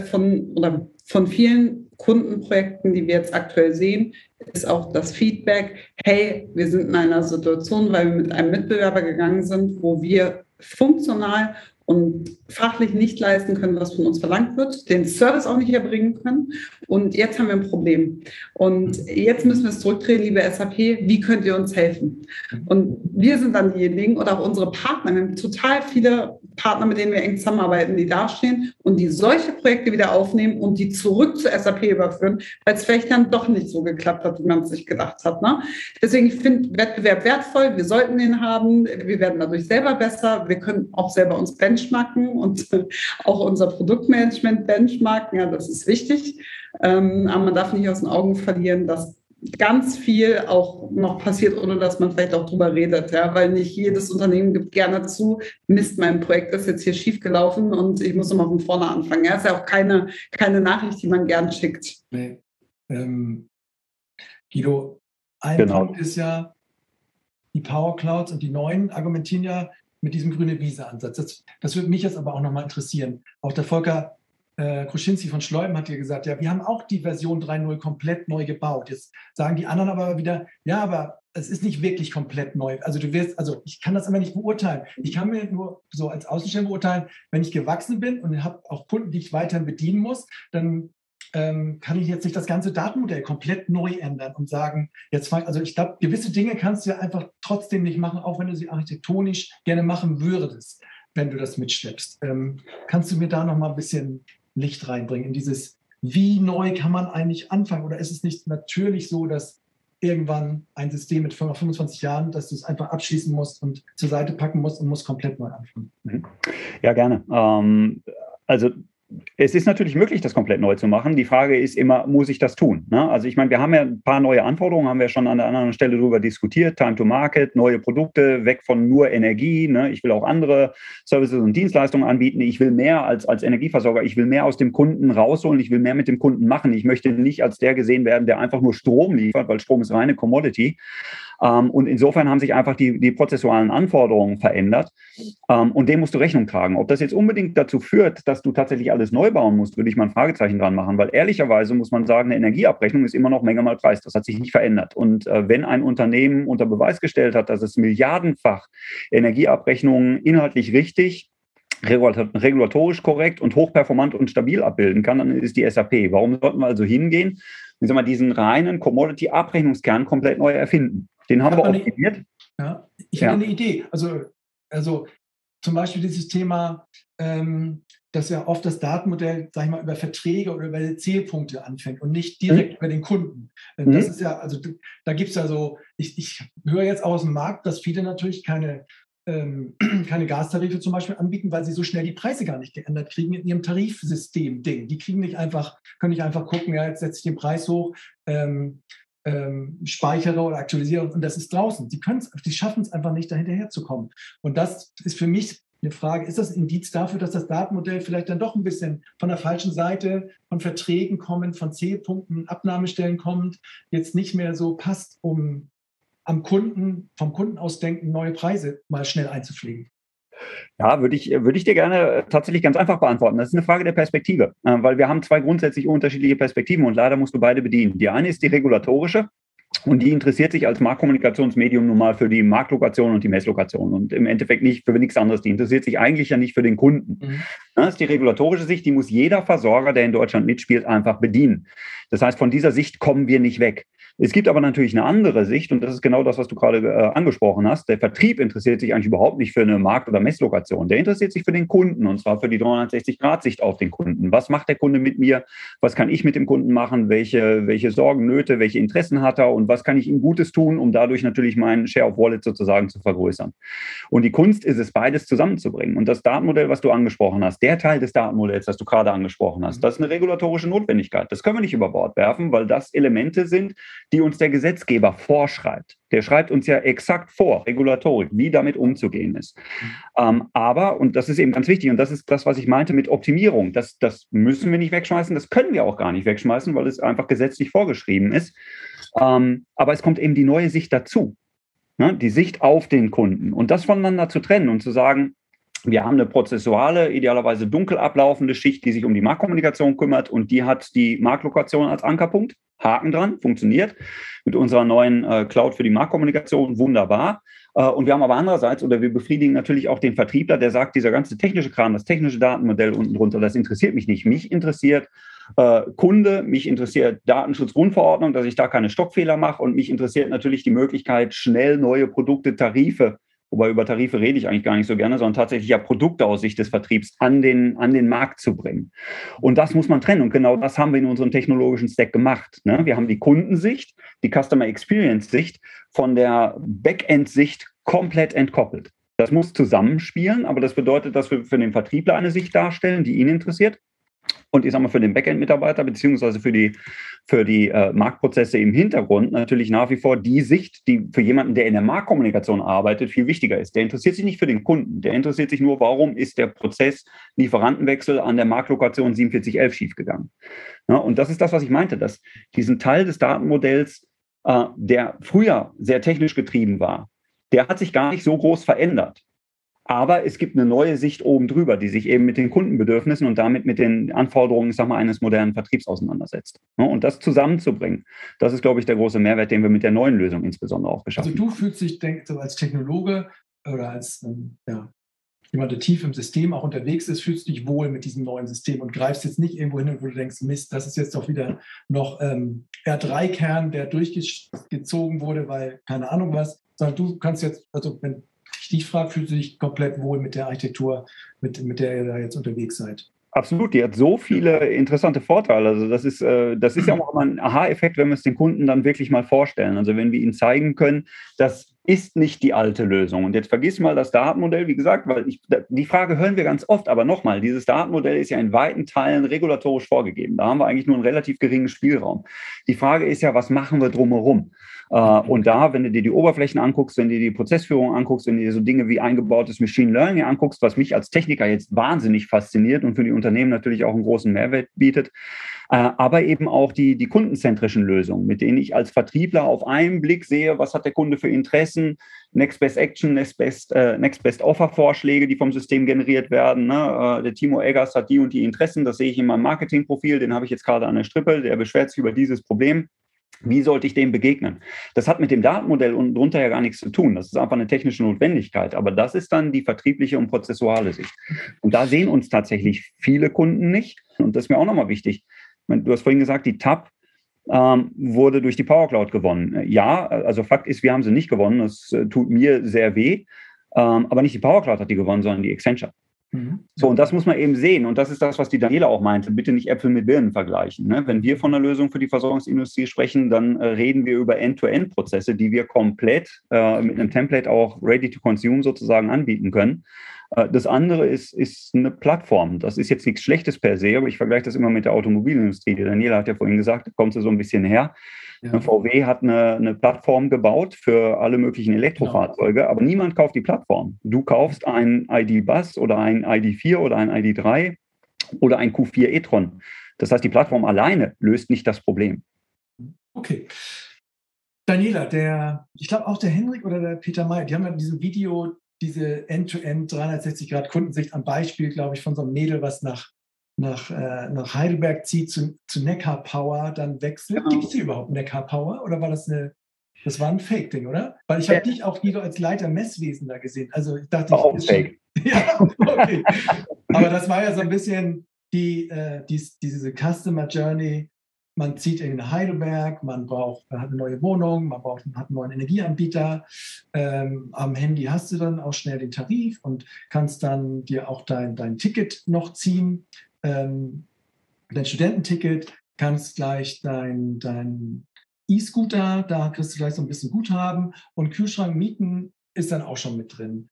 von vielen Kundenprojekten, die wir jetzt aktuell sehen, ist auch das Feedback, hey, wir sind in einer Situation, weil wir mit einem Mitbewerber gegangen sind, wo wir funktional und fachlich nicht leisten können, was von uns verlangt wird, den Service auch nicht erbringen können. Und jetzt haben wir ein Problem. Und jetzt müssen wir es zurückdrehen, liebe SAP, wie könnt ihr uns helfen? Und wir sind dann diejenigen oder auch unsere Partner, wir haben total viele Partner, mit denen wir eng zusammenarbeiten, die dastehen und die solche Projekte wieder aufnehmen und die zurück zur SAP überführen, weil es vielleicht dann doch nicht so geklappt hat, wie man es sich gedacht hat. Ne? Deswegen, ich finde Wettbewerb wertvoll, wir sollten den haben, wir werden dadurch selber besser, wir können auch selber uns benchmarken und auch unser Produktmanagement benchmarken, ja, das ist wichtig. Aber man darf nicht aus den Augen verlieren, dass ganz viel auch noch passiert, ohne dass man vielleicht auch drüber redet, ja, weil nicht jedes Unternehmen gibt gerne zu, Mist, mein Projekt ist jetzt hier schief gelaufen und ich muss nochmal von vorne anfangen. Ja, ist ja auch keine Nachricht, die man gern schickt. Nee. Guido, ein Punkt ist ja, die Power Clouds und die neuen argumentieren ja mit diesem grüne Wiese-Ansatz. Das würde mich jetzt aber auch nochmal interessieren. Auch der Volker Kruschinski von Schleuben hat ja gesagt, ja, wir haben auch die Version 3.0 komplett neu gebaut. Jetzt sagen die anderen aber wieder, ja, aber es ist nicht wirklich komplett neu. Also ich kann das immer nicht beurteilen. Ich kann mir nur so als Außenstehender beurteilen, wenn ich gewachsen bin und habe auch Kunden, die ich weiterhin bedienen muss, dann kann ich jetzt nicht das ganze Datenmodell komplett neu ändern und sagen, also ich glaube, gewisse Dinge kannst du ja einfach trotzdem nicht machen, auch wenn du sie architektonisch gerne machen würdest, wenn du das mitschleppst. Kannst du mir da noch mal ein bisschen Licht reinbringen in dieses, wie neu kann man eigentlich anfangen? Oder ist es nicht natürlich so, dass irgendwann ein System mit 25 Jahren, dass du es einfach abschließen musst und zur Seite packen musst und musst komplett neu anfangen? Ja, gerne. Also es ist natürlich möglich, das komplett neu zu machen. Die Frage ist immer, muss ich das tun? Ne? Also ich meine, wir haben ja ein paar neue Anforderungen, haben wir schon an der anderen Stelle darüber diskutiert. Time to Market, neue Produkte, weg von nur Energie. Ne? Ich will auch andere Services und Dienstleistungen anbieten. Ich will mehr als Energieversorger. Ich will mehr aus dem Kunden rausholen. Ich will mehr mit dem Kunden machen. Ich möchte nicht als der gesehen werden, der einfach nur Strom liefert, weil Strom ist reine Commodity. Und insofern haben sich einfach die prozessualen Anforderungen verändert. Und dem musst du Rechnung tragen. Ob das jetzt unbedingt dazu führt, dass du tatsächlich alles neu bauen musst, würde ich mal ein Fragezeichen dran machen. Weil ehrlicherweise muss man sagen, eine Energieabrechnung ist immer noch Menge mal Preis. Das hat sich nicht verändert. Und wenn ein Unternehmen unter Beweis gestellt hat, dass es milliardenfach Energieabrechnungen inhaltlich richtig, regulatorisch korrekt und hochperformant und stabil abbilden kann, dann ist die SAP. Warum sollten wir also hingehen und diesen reinen Commodity-Abrechnungskern komplett neu erfinden? Den haben wir optimiert. Ja, ich habe eine Idee. Also zum Beispiel dieses Thema, dass ja oft das Datenmodell, sag ich mal, über Verträge oder über die Zählpunkte anfängt und nicht direkt über den Kunden. Das ist ja, also da gibt es ja so, ich höre jetzt aus dem Markt, dass viele natürlich keine keine Gastarife zum Beispiel anbieten, weil sie so schnell die Preise gar nicht geändert kriegen in ihrem Tarifsystem-Ding. Die können nicht einfach gucken, ja, jetzt setze ich den Preis hoch, speichere oder aktualisiere und das ist draußen. Die schaffen es einfach nicht, da hinterher zu kommen. Und das ist für mich eine Frage, ist das ein Indiz dafür, dass das Datenmodell vielleicht dann doch ein bisschen von der falschen Seite, von Verträgen kommend, von Zählpunkten, Abnahmestellen kommend, jetzt nicht mehr so passt, um vom Kunden aus denken, neue Preise mal schnell einzupflegen? Ja, würde ich dir gerne tatsächlich ganz einfach beantworten. Das ist eine Frage der Perspektive, weil wir haben zwei grundsätzlich unterschiedliche Perspektiven und leider musst du beide bedienen. Die eine ist die regulatorische und die interessiert sich als Marktkommunikationsmedium nun mal für die Marktlokation und die Messlokation und im Endeffekt nicht für nichts anderes. Die interessiert sich eigentlich ja nicht für den Kunden. Das ist die regulatorische Sicht, die muss jeder Versorger, der in Deutschland mitspielt, einfach bedienen. Das heißt, von dieser Sicht kommen wir nicht weg. Es gibt aber natürlich eine andere Sicht und das ist genau das, was du gerade angesprochen hast. Der Vertrieb interessiert sich eigentlich überhaupt nicht für eine Markt- oder Messlokation. Der interessiert sich für den Kunden und zwar für die 360-Grad-Sicht auf den Kunden. Was macht der Kunde mit mir? Was kann ich mit dem Kunden machen? Welche Sorgen, Nöte, welche Interessen hat er und was kann ich ihm Gutes tun, um dadurch natürlich meinen Share of Wallet sozusagen zu vergrößern? Und die Kunst ist es, beides zusammenzubringen. Und das Datenmodell, was du angesprochen hast, der Teil des Datenmodells, das du gerade angesprochen hast, das ist eine regulatorische Notwendigkeit. Das können wir nicht über Bord werfen, weil das Elemente sind, die uns der Gesetzgeber vorschreibt. Der schreibt uns ja exakt vor, Regulatorik, wie damit umzugehen ist. Aber, und das ist eben ganz wichtig, und das ist das, was ich meinte mit Optimierung, das müssen wir nicht wegschmeißen, das können wir auch gar nicht wegschmeißen, weil es einfach gesetzlich vorgeschrieben ist. Aber es kommt eben die neue Sicht dazu, ne? Die Sicht auf den Kunden. Und das voneinander zu trennen und zu sagen, wir haben eine prozessuale, idealerweise dunkel ablaufende Schicht, die sich um die Marktkommunikation kümmert und die hat die Marktlokation als Ankerpunkt. Haken dran, funktioniert mit unserer neuen Cloud für die Marktkommunikation, wunderbar. Und wir haben aber andererseits, oder wir befriedigen natürlich auch den Vertriebler, der sagt, dieser ganze technische Kram, das technische Datenmodell unten drunter, das interessiert mich nicht. Mich interessiert Kunde, mich interessiert Datenschutzgrundverordnung, dass ich da keine Stockfehler mache und mich interessiert natürlich die Möglichkeit, schnell neue Produkte, Tarife, wobei über Tarife rede ich eigentlich gar nicht so gerne, sondern tatsächlich ja Produkte aus Sicht des Vertriebs an den Markt zu bringen. Und das muss man trennen. Und genau das haben wir in unserem technologischen Stack gemacht. Ne? Wir haben die Kundensicht, die Customer Experience-Sicht von der Backend-Sicht komplett entkoppelt. Das muss zusammenspielen, aber das bedeutet, dass wir für den Vertriebler eine Sicht darstellen, die ihn interessiert. Und ich sage mal, für den Backend-Mitarbeiter beziehungsweise für die Marktprozesse im Hintergrund natürlich nach wie vor die Sicht, die für jemanden, der in der Marktkommunikation arbeitet, viel wichtiger ist. Der interessiert sich nicht für den Kunden. Der interessiert sich nur, warum ist der Prozess Lieferantenwechsel an der Marktlokation 4711 schiefgegangen. Ja, und das ist das, was ich meinte, dass diesen Teil des Datenmodells, der früher sehr technisch getrieben war, der hat sich gar nicht so groß verändert. Aber es gibt eine neue Sicht oben drüber, die sich eben mit den Kundenbedürfnissen und damit mit den Anforderungen, ich sag mal, eines modernen Vertriebs auseinandersetzt. Und das zusammenzubringen, das ist, glaube ich, der große Mehrwert, den wir mit der neuen Lösung insbesondere auch geschaffen haben. Also du fühlst dich, als Technologe oder als jemand, der tief im System auch unterwegs ist, fühlst du dich wohl mit diesem neuen System und greifst jetzt nicht irgendwo hin, wo du denkst, Mist, das ist jetzt doch wieder noch R3-Kern, der durchgezogen wurde, weil keine Ahnung was, sondern du kannst jetzt, also wenn ich dich frage, fühlst du dich komplett wohl mit der Architektur, mit der ihr da jetzt unterwegs seid? Absolut, die hat so viele interessante Vorteile. Also das ist ja auch mal ein Aha-Effekt, wenn wir es den Kunden dann wirklich mal vorstellen. Also wenn wir ihnen zeigen können, das ist nicht die alte Lösung. Und jetzt vergiss mal das Datenmodell, wie gesagt, weil die Frage hören wir ganz oft, aber nochmal, dieses Datenmodell ist ja in weiten Teilen regulatorisch vorgegeben. Da haben wir eigentlich nur einen relativ geringen Spielraum. Die Frage ist ja, was machen wir drumherum? Und da, wenn du dir die Oberflächen anguckst, wenn du dir die Prozessführung anguckst, wenn du dir so Dinge wie eingebautes Machine Learning anguckst, was mich als Techniker jetzt wahnsinnig fasziniert und für die Unternehmen natürlich auch einen großen Mehrwert bietet, aber eben auch die kundenzentrischen Lösungen, mit denen ich als Vertriebler auf einen Blick sehe, was hat der Kunde für Interessen, Next Best Action, Next Best Offer Vorschläge, die vom System generiert werden. Ne? Der Timo Eggers hat die und die Interessen, das sehe ich in meinem Marketingprofil, den habe ich jetzt gerade an der Strippe, der beschwert sich über dieses Problem. Wie sollte ich dem begegnen? Das hat mit dem Datenmodell unten drunter ja gar nichts zu tun. Das ist einfach eine technische Notwendigkeit. Aber das ist dann die vertriebliche und prozessuale Sicht. Und da sehen uns tatsächlich viele Kunden nicht. Und das ist mir auch nochmal wichtig. Du hast vorhin gesagt, die TAP wurde durch die Power Cloud gewonnen. Ja, also Fakt ist, wir haben sie nicht gewonnen. Das tut mir sehr weh. Aber nicht die Power Cloud hat die gewonnen, sondern die Accenture. So, und das muss man eben sehen. Und das ist das, was die Daniela auch meinte. Bitte nicht Äpfel mit Birnen vergleichen. Ne? Wenn wir von einer Lösung für die Versorgungsindustrie sprechen, dann reden wir über End-to-End-Prozesse, die wir komplett mit einem Template auch ready to consume sozusagen anbieten können. Das andere ist eine Plattform. Das ist jetzt nichts Schlechtes per se, aber ich vergleiche das immer mit der Automobilindustrie. Die Daniela hat ja vorhin gesagt, da kommt sie so ein bisschen her. Ja. VW hat eine Plattform gebaut für alle möglichen Elektrofahrzeuge, aber niemand kauft die Plattform. Du kaufst ein ID.Buzz oder ein ID.4 oder ein ID.3 oder ein Q4 e-tron. Das heißt, die Plattform alleine löst nicht das Problem. Okay. Daniela, ich glaube auch der Henrik oder der Peter May, die haben ja in diesem Video diese End-to-End 360-Grad-Kundensicht am Beispiel, glaube ich, von so einem Mädel, was nach Heidelberg zieht, zu Neckar Power dann wechselt. Gibt es hier überhaupt Neckar Power oder war das war ein Fake-Ding, oder? Weil ich habe dich auch wieder als Leiter Messwesen da gesehen. Also ich dachte, auch Fake. Ja, okay. Aber das war ja so ein bisschen diese Customer Journey. Man zieht in Heidelberg, man hat eine neue Wohnung, man hat einen neuen Energieanbieter. Am Handy hast du dann auch schnell den Tarif und kannst dann dir auch dein Ticket noch ziehen, dein Studententicket, kannst gleich dein E-Scooter, da kriegst du gleich so ein bisschen Guthaben und Kühlschrank mieten ist dann auch schon mit drin.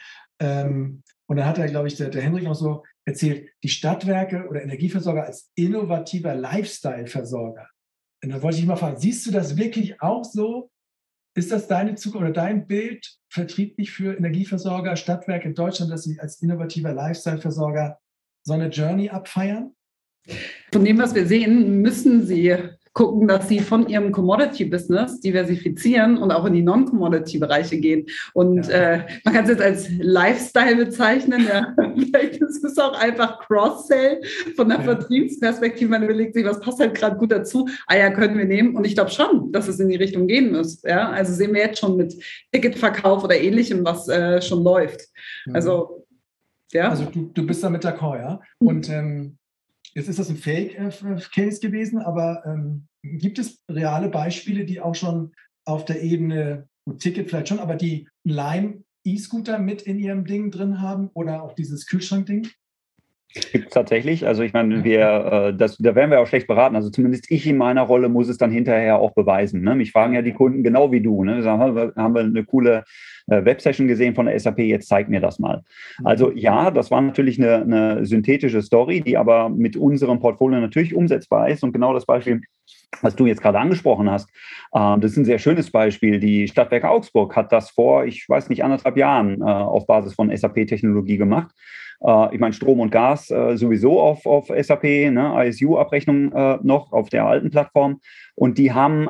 Und dann hat glaube ich, der Henrik noch so erzählt, die Stadtwerke oder Energieversorger als innovativer Lifestyle-Versorger. Und da wollte ich mal fragen, siehst du das wirklich auch so? Ist das deine Zukunft oder dein Bild vertrieblich für Energieversorger, Stadtwerke in Deutschland, dass sie als innovativer Lifestyle-Versorger so eine Journey abfeiern? Von dem, was wir sehen, müssen sie gucken, dass sie von ihrem Commodity-Business diversifizieren und auch in die Non-Commodity-Bereiche gehen. Und man kann es jetzt als Lifestyle bezeichnen. Ja. Vielleicht ist es auch einfach Cross-Sell von der Vertriebsperspektive. Man überlegt sich, was passt halt gerade gut dazu. Können wir nehmen. Und ich glaube schon, dass es in die Richtung gehen muss. Ja? Also sehen wir jetzt schon mit Ticketverkauf oder Ähnlichem, was schon läuft. Also, ja. Also du bist da mit d'accord, ja? Und jetzt ist das ein Fake-Case gewesen, aber gibt es reale Beispiele, die auch schon auf der Ebene, Ticket vielleicht schon, aber die Lime E-Scooter mit in ihrem Ding drin haben oder auch dieses Kühlschrank-Ding? Gibt es tatsächlich. Also ich meine, da wären wir auch schlecht beraten. Also zumindest ich in meiner Rolle muss es dann hinterher auch beweisen. Ne? Mich fragen ja die Kunden genau wie du. Ne? Sagen, haben wir eine coole Websession gesehen von der SAP, jetzt zeig mir das mal. Also ja, das war natürlich eine synthetische Story, die aber mit unserem Portfolio natürlich umsetzbar ist. Und genau das Beispiel, was du jetzt gerade angesprochen hast, das ist ein sehr schönes Beispiel. Die Stadtwerke Augsburg hat das vor, ich weiß nicht, 1,5 Jahren auf Basis von SAP-Technologie gemacht. Ich meine, Strom und Gas sowieso auf SAP, ne, ISU-Abrechnung noch auf der alten Plattform. Und die haben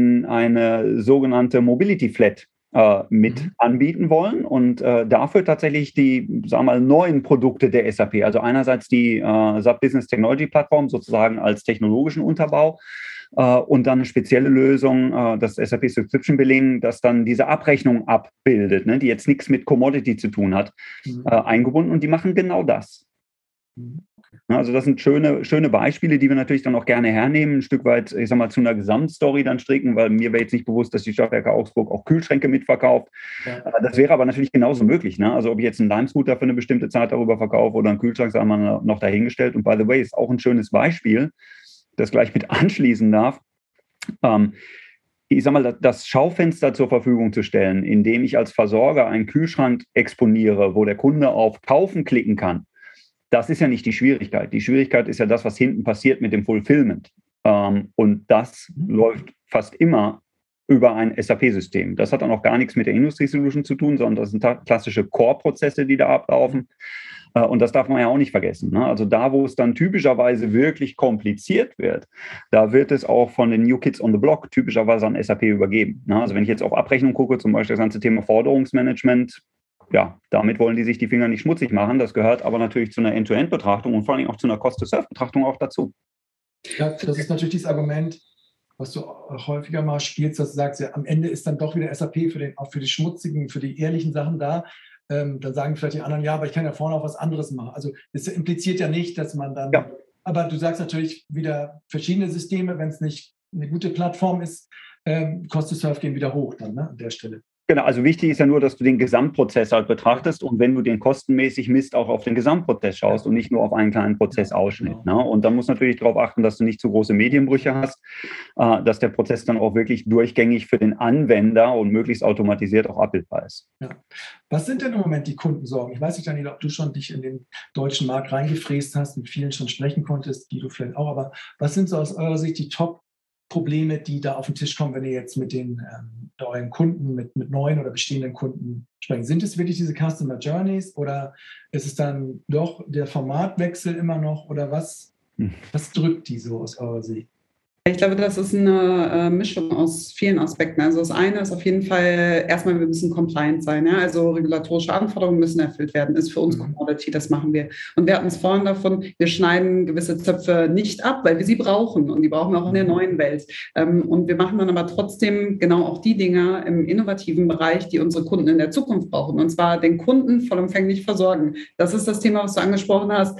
eine sogenannte Mobility Flat mit anbieten wollen und dafür tatsächlich die, sagen wir mal, neuen Produkte der SAP. Also einerseits die SAP Business Technology Plattform sozusagen als technologischen Unterbau und dann eine spezielle Lösung, das SAP Subscription Billing, das dann diese Abrechnung abbildet, ne, die jetzt nichts mit Commodity zu tun hat, eingebunden und die machen genau das. Also das sind schöne Beispiele, die wir natürlich dann auch gerne hernehmen, ein Stück weit, ich sag mal, zu einer Gesamtstory dann stricken, weil mir wäre jetzt nicht bewusst, dass die Stadtwerke Augsburg auch Kühlschränke mitverkauft. Ja. Das wäre aber natürlich genauso möglich. Ne? Also ob ich jetzt einen Lime-Scooter für eine bestimmte Zeit darüber verkaufe oder einen Kühlschrank, sagen wir mal, noch dahingestellt. Und by the way, ist auch ein schönes Beispiel, das gleich mit anschließen darf. Ich sag mal, das Schaufenster zur Verfügung zu stellen, indem ich als Versorger einen Kühlschrank exponiere, wo der Kunde auf Kaufen klicken kann. Das ist ja nicht die Schwierigkeit. Die Schwierigkeit ist ja das, was hinten passiert mit dem Fulfillment. Und das läuft fast immer über ein SAP-System. Das hat dann auch gar nichts mit der Industrie-Solution zu tun, sondern das sind klassische Core-Prozesse, die da ablaufen. Und das darf man ja auch nicht vergessen. Ne? Also da, wo es dann typischerweise wirklich kompliziert wird, da wird es auch von den New Kids on the Block typischerweise an SAP übergeben. Ne? Also wenn ich jetzt auf Abrechnung gucke, zum Beispiel das ganze Thema Forderungsmanagement, ja, damit wollen die sich die Finger nicht schmutzig machen. Das gehört aber natürlich zu einer End-to-End-Betrachtung und vor allem auch zu einer Cost-to-Serve-Betrachtung auch dazu. Ja, das ist natürlich dieses Argument, was du häufiger mal spielst, dass du sagst, ja, am Ende ist dann doch wieder SAP auch für die schmutzigen, für die ehrlichen Sachen da. Dann sagen vielleicht die anderen, ja, aber ich kann ja vorne auch was anderes machen. Also das impliziert ja nicht, dass man dann, aber du sagst natürlich wieder verschiedene Systeme, wenn es nicht eine gute Plattform ist, Cost-to-Serve gehen wieder hoch dann, ne, an der Stelle. Genau, also wichtig ist ja nur, dass du den Gesamtprozess halt betrachtest und wenn du den kostenmäßig misst, auch auf den Gesamtprozess schaust und nicht nur auf einen kleinen Prozessausschnitt. Ne? Und dann musst du natürlich darauf achten, dass du nicht zu große Medienbrüche hast, dass der Prozess dann auch wirklich durchgängig für den Anwender und möglichst automatisiert auch abbildbar ist. Ja. Was sind denn im Moment die Kundensorgen? Ich weiß nicht, Daniela, ob du schon dich in den deutschen Markt reingefräst hast, mit vielen schon sprechen konntest, Guido vielleicht auch, aber was sind so aus eurer Sicht die Top-Probleme, die da auf den Tisch kommen, wenn ihr jetzt mit euren Kunden, mit neuen oder bestehenden Kunden sprecht? Sind es wirklich diese Customer Journeys oder ist es dann doch der Formatwechsel immer noch oder was drückt die so aus eurer Sicht? Ich glaube, das ist eine Mischung aus vielen Aspekten. Also das eine ist auf jeden Fall erstmal, wir müssen compliant sein. Ja? Also regulatorische Anforderungen müssen erfüllt werden. Ist für uns Commodity, das machen wir. Und wir hatten es vorhin davon, wir schneiden gewisse Zöpfe nicht ab, weil wir sie brauchen. Und die brauchen wir auch in der neuen Welt. Und wir machen dann aber trotzdem genau auch die Dinge im innovativen Bereich, die unsere Kunden in der Zukunft brauchen. Und zwar den Kunden vollumfänglich versorgen. Das ist das Thema, was du angesprochen hast.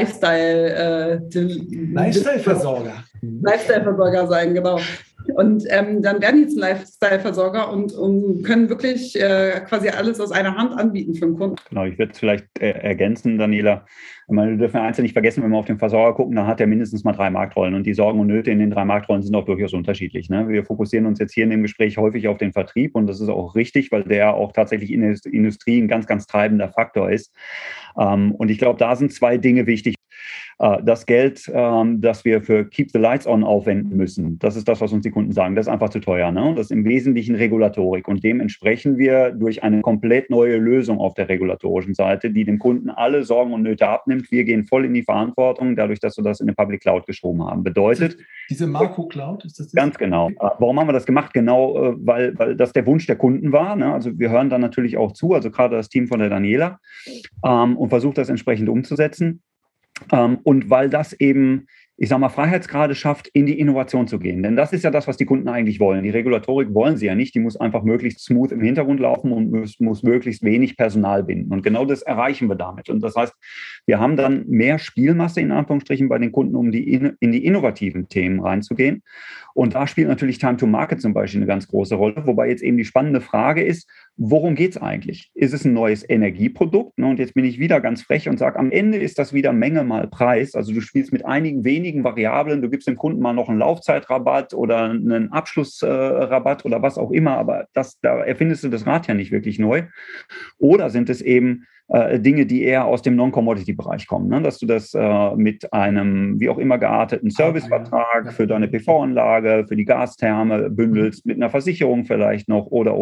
Lifestyle-Versorger. Lifestyle-Versorger sein, genau. Und dann werden die zum Lifestyle-Versorger und können wirklich quasi alles aus einer Hand anbieten für den Kunden. Genau, ich würde es vielleicht ergänzen, Daniela. Wir dürfen eins nicht vergessen, wenn wir auf den Versorger gucken, dann hat er mindestens mal 3 Marktrollen und die Sorgen und Nöte in den 3 Marktrollen sind auch durchaus unterschiedlich. Ne? Wir fokussieren uns jetzt hier in dem Gespräch häufig auf den Vertrieb und das ist auch richtig, weil der auch tatsächlich in der Industrie ein ganz, ganz treibender Faktor ist. Und ich glaube, da sind 2 Dinge wichtig. Das Geld, das wir für Keep the Lights On aufwenden müssen, das ist das, was uns die Kunden sagen. Das ist einfach zu teuer. Ne? Und das ist im Wesentlichen Regulatorik. Und dem entsprechen wir durch eine komplett neue Lösung auf der regulatorischen Seite, die dem Kunden alle Sorgen und Nöte abnimmt. Wir gehen voll in die Verantwortung, dadurch, dass wir das in eine Public Cloud geschoben haben. Bedeutet, diese Marco Cloud, ist das? Ganz genau. Warum haben wir das gemacht? Genau, weil das der Wunsch der Kunden war. Ne? Also wir hören dann natürlich auch zu, also gerade das Team von der Daniela, und versucht das entsprechend umzusetzen. Und weil das eben, ich sage mal, Freiheitsgrade schafft, in die Innovation zu gehen. Denn das ist ja das, was die Kunden eigentlich wollen. Die Regulatorik wollen sie ja nicht. Die muss einfach möglichst smooth im Hintergrund laufen und muss möglichst wenig Personal binden. Und genau das erreichen wir damit. Und das heißt, wir haben dann mehr Spielmasse in Anführungsstrichen bei den Kunden, um in die innovativen Themen reinzugehen. Und da spielt natürlich Time to Market zum Beispiel eine ganz große Rolle. Wobei jetzt eben die spannende Frage ist, worum geht es eigentlich? Ist es ein neues Energieprodukt? Und jetzt bin ich wieder ganz frech und sage, am Ende ist das wieder Menge mal Preis. Also du spielst mit einigen wenigen Variablen, du gibst dem Kunden mal noch einen Laufzeitrabatt oder einen Abschlussrabatt oder was auch immer, aber da erfindest du das Rad ja nicht wirklich neu. Oder sind es eben Dinge, die eher aus dem Non-Commodity-Bereich kommen, ne? Dass du das mit einem wie auch immer gearteten Servicevertrag für deine PV-Anlage, für die Gastherme bündelst, mit einer Versicherung vielleicht noch oder.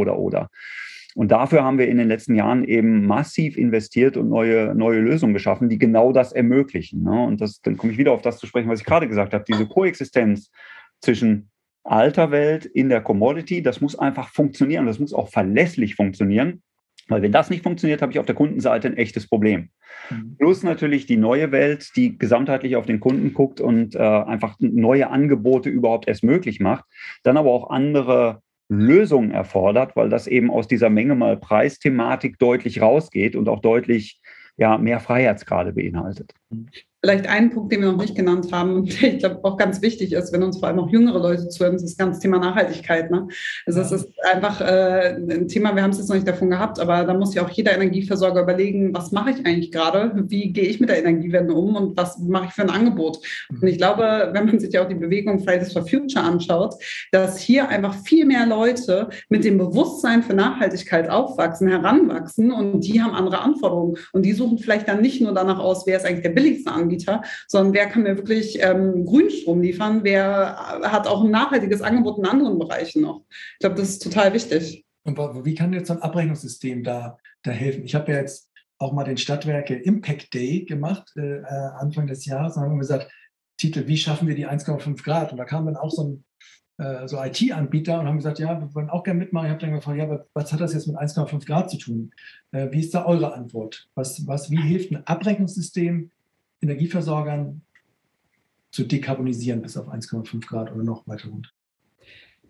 Und dafür haben wir in den letzten Jahren eben massiv investiert und neue Lösungen geschaffen, die genau das ermöglichen. Ne? Und dann komme ich wieder auf das zu sprechen, was ich gerade gesagt habe, diese Koexistenz zwischen alter Welt in der Commodity, das muss einfach funktionieren, das muss auch verlässlich funktionieren. Weil wenn das nicht funktioniert, habe ich auf der Kundenseite ein echtes Problem. Plus natürlich die neue Welt, die gesamtheitlich auf den Kunden guckt und einfach neue Angebote überhaupt erst möglich macht. Dann aber auch andere Lösungen erfordert, weil das eben aus dieser Menge mal Preisthematik deutlich rausgeht und auch deutlich mehr Freiheitsgrade beinhaltet. Vielleicht einen Punkt, den wir noch nicht genannt haben und der, ich glaube, auch ganz wichtig ist, wenn uns vor allem auch jüngere Leute zuhören, ist das ganze Thema Nachhaltigkeit. Ne? Also es ist einfach ein Thema, wir haben es jetzt noch nicht davon gehabt, aber da muss ja auch jeder Energieversorger überlegen, was mache ich eigentlich gerade, wie gehe ich mit der Energiewende um und was mache ich für ein Angebot. Und ich glaube, wenn man sich ja auch die Bewegung Fridays for Future anschaut, dass hier einfach viel mehr Leute mit dem Bewusstsein für Nachhaltigkeit aufwachsen, heranwachsen und die haben andere Anforderungen und die suchen vielleicht dann nicht nur danach aus, wer ist eigentlich der billigste Anbieter, sondern wer kann mir wirklich Grünstrom liefern, wer hat auch ein nachhaltiges Angebot in anderen Bereichen noch. Ich glaube, das ist total wichtig. Und wie kann jetzt so ein Abrechnungssystem da helfen? Ich habe ja jetzt auch mal den Stadtwerke Impact Day gemacht, Anfang des Jahres, und haben wir gesagt, Titel, wie schaffen wir die 1,5 Grad? Und da kam dann auch so IT-Anbieter und haben gesagt, ja, wir wollen auch gerne mitmachen. Ich habe dann gefragt, ja, was hat das jetzt mit 1,5 Grad zu tun? Wie ist da eure Antwort? Wie hilft ein Abrechnungssystem Energieversorgern zu dekarbonisieren bis auf 1,5 Grad oder noch weiter runter?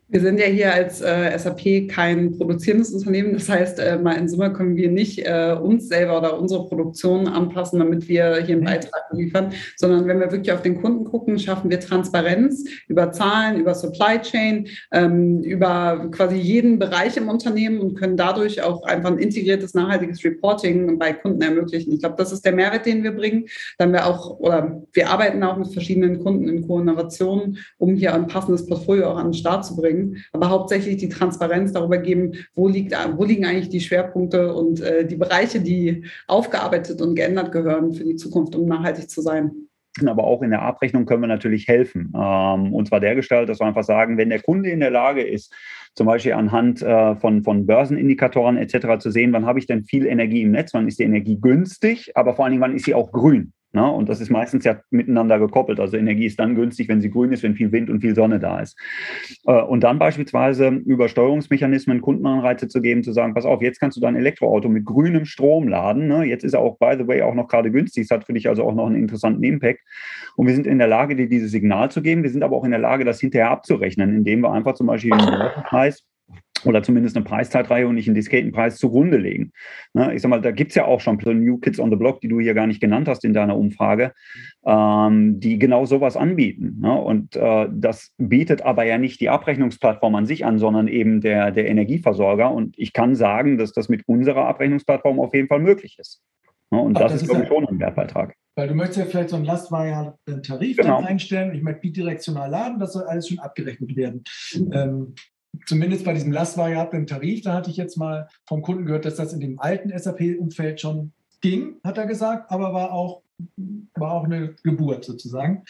Wir sind ja hier als SAP kein produzierendes Unternehmen. Das heißt, mal in Summe können wir nicht uns selber oder unsere Produktion anpassen, damit wir hier einen Beitrag liefern, sondern wenn wir wirklich auf den Kunden gucken, schaffen wir Transparenz über Zahlen, über Supply Chain, über quasi jeden Bereich im Unternehmen und können dadurch auch einfach ein integriertes, nachhaltiges Reporting bei Kunden ermöglichen. Ich glaube, das ist der Mehrwert, den wir bringen. Dann wir arbeiten auch mit verschiedenen Kunden in Kooperationen, um hier ein passendes Portfolio auch an den Start zu bringen. Aber hauptsächlich die Transparenz darüber geben, wo liegen eigentlich die Schwerpunkte und die Bereiche, die aufgearbeitet und geändert gehören für die Zukunft, um nachhaltig zu sein. Aber auch in der Abrechnung können wir natürlich helfen. Und zwar dergestalt, dass wir einfach sagen, wenn der Kunde in der Lage ist, zum Beispiel anhand von Börsenindikatoren etc. zu sehen, wann habe ich denn viel Energie im Netz, wann ist die Energie günstig, aber vor allen Dingen, wann ist sie auch grün. Ne? Und das ist meistens ja miteinander gekoppelt. Also Energie ist dann günstig, wenn sie grün ist, wenn viel Wind und viel Sonne da ist. Und dann beispielsweise über Steuerungsmechanismen Kundenanreize zu geben, zu sagen, pass auf, jetzt kannst du dein Elektroauto mit grünem Strom laden. Ne? Jetzt ist er auch, by the way, auch noch gerade günstig. Das hat für dich also auch noch einen interessanten Impact. Und wir sind in der Lage, dir dieses Signal zu geben. Wir sind aber auch in der Lage, das hinterher abzurechnen, indem wir einfach zum Beispiel den Preis oder zumindest eine Preiszeitreihe und nicht einen Disketenpreis zugrunde legen. Ich sag mal, da gibt es ja auch schon so New Kids on the Block, die du hier gar nicht genannt hast in deiner Umfrage, die genau sowas anbieten. Und das bietet aber ja nicht die Abrechnungsplattform an sich an, sondern eben der Energieversorger. Und ich kann sagen, dass das mit unserer Abrechnungsplattform auf jeden Fall möglich ist. Und das ist, glaube ich, schon ein Wertbeitrag. Weil du möchtest ja vielleicht so einen lastvarierenden Tarif dann einstellen. Ich möchte bidirektional laden, das soll alles schon abgerechnet werden. Zumindest bei diesem lastvarierenden Tarif, da hatte ich jetzt mal vom Kunden gehört, dass das in dem alten SAP-Umfeld schon ging, hat er gesagt, aber war auch eine Geburt sozusagen.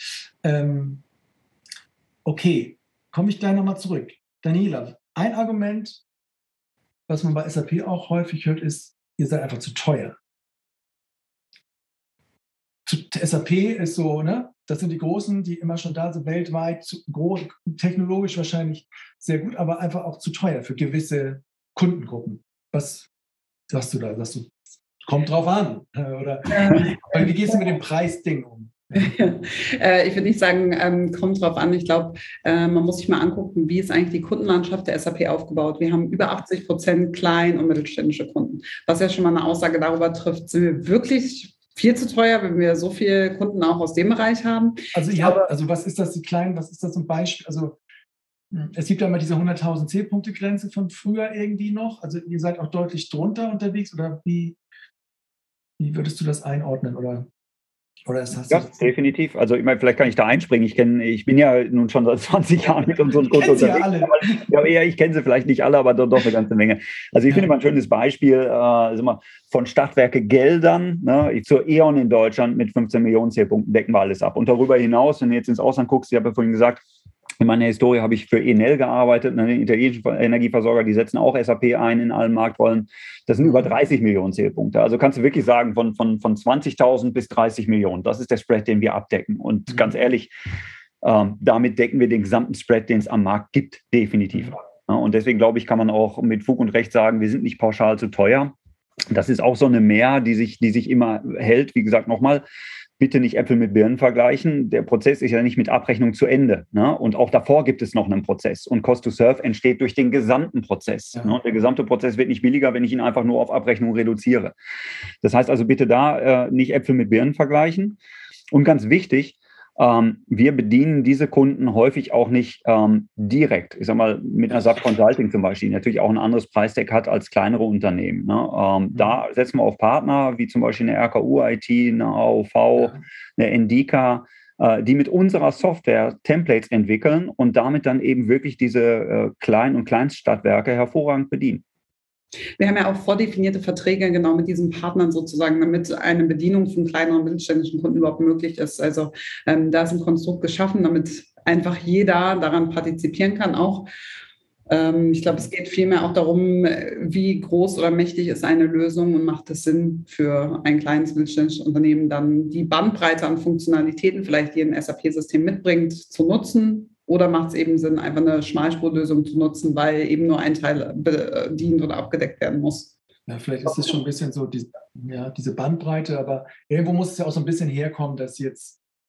Okay, komme ich gleich nochmal zurück. Daniela, ein Argument, was man bei SAP auch häufig hört, ist, ihr seid einfach zu teuer. SAP ist so, ne? Das sind die Großen, die immer schon da sind, weltweit, technologisch wahrscheinlich sehr gut, aber einfach auch zu teuer für gewisse Kundengruppen. Was sagst du da? Kommt drauf an. Oder wie gehst du mit dem Preisding um? Ich würde nicht sagen, kommt drauf an. Ich glaube, man muss sich mal angucken, wie ist eigentlich die Kundenlandschaft der SAP aufgebaut. Wir haben über 80% klein- und mittelständische Kunden, was ja schon mal eine Aussage darüber trifft, sind wir wirklich viel zu teuer, wenn wir so viele Kunden auch aus dem Bereich haben. Also was ist das, die kleinen, was ist das zum Beispiel? Also es gibt ja immer diese 100.000 Zählpunkte-Grenze von früher irgendwie noch. Also ihr seid auch deutlich drunter unterwegs oder wie würdest du das einordnen? Oder ist das ja, definitiv. Also ich meine, vielleicht kann ich da einspringen. Ich bin ja nun schon seit 20 Jahren mit unseren Kunden unterwegs. Ja, alle. Ja, ich kenne sie vielleicht nicht alle, aber doch eine ganze Menge. Also ich finde mal ein schönes Beispiel von Stadtwerke Geldern, ne, zur E.ON in Deutschland mit 15 Millionen Zählpunkten decken wir alles ab. Und darüber hinaus, wenn du jetzt ins Ausland guckst, ich habe ja vorhin gesagt, in meiner Historie habe ich für Enel gearbeitet, einen italienischen Energieversorger, die setzen auch SAP ein in allen Marktrollen. Das sind über 30 Millionen Zählpunkte. Also kannst du wirklich sagen, von 20.000 bis 30 Millionen. Das ist der Spread, den wir abdecken. Und ganz ehrlich, damit decken wir den gesamten Spread, den es am Markt gibt, definitiv ab. Und deswegen, glaube ich, kann man auch mit Fug und Recht sagen, wir sind nicht pauschal zu teuer. Das ist auch so eine Mehr, die sich immer hält. Wie gesagt, nochmal, bitte nicht Äpfel mit Birnen vergleichen. Der Prozess ist ja nicht mit Abrechnung zu Ende. Ne? Und auch davor gibt es noch einen Prozess. Und Cost to Serve entsteht durch den gesamten Prozess. Ja. Ne? Der gesamte Prozess wird nicht billiger, wenn ich ihn einfach nur auf Abrechnung reduziere. Das heißt also bitte da nicht Äpfel mit Birnen vergleichen. Und ganz wichtig, wir bedienen diese Kunden häufig auch nicht direkt. Ich sage mal, mit einer SAP Consulting zum Beispiel, die natürlich auch ein anderes Preistag hat als kleinere Unternehmen. Ne? Da setzen wir auf Partner, wie zum Beispiel eine RKU-IT, eine AOV, eine Endika, die mit unserer Software Templates entwickeln und damit dann eben wirklich diese Klein- und Kleinststadtwerke hervorragend bedienen. Wir haben ja auch vordefinierte Verträge genau mit diesen Partnern sozusagen, damit eine Bedienung von kleineren und mittelständischen Kunden überhaupt möglich ist. Also da ist ein Konstrukt geschaffen, damit einfach jeder daran partizipieren kann auch. Ich glaube, es geht vielmehr auch darum, wie groß oder mächtig ist eine Lösung und macht es Sinn für ein kleines mittelständisches Unternehmen dann die Bandbreite an Funktionalitäten, vielleicht die ein SAP-System mitbringt, zu nutzen. Oder macht es eben Sinn, einfach eine Schmalspurlösung zu nutzen, weil eben nur ein Teil bedient oder abgedeckt werden muss? Ja, vielleicht ist es schon ein bisschen so diese Bandbreite, aber irgendwo muss es ja auch so ein bisschen herkommen, dass jetzt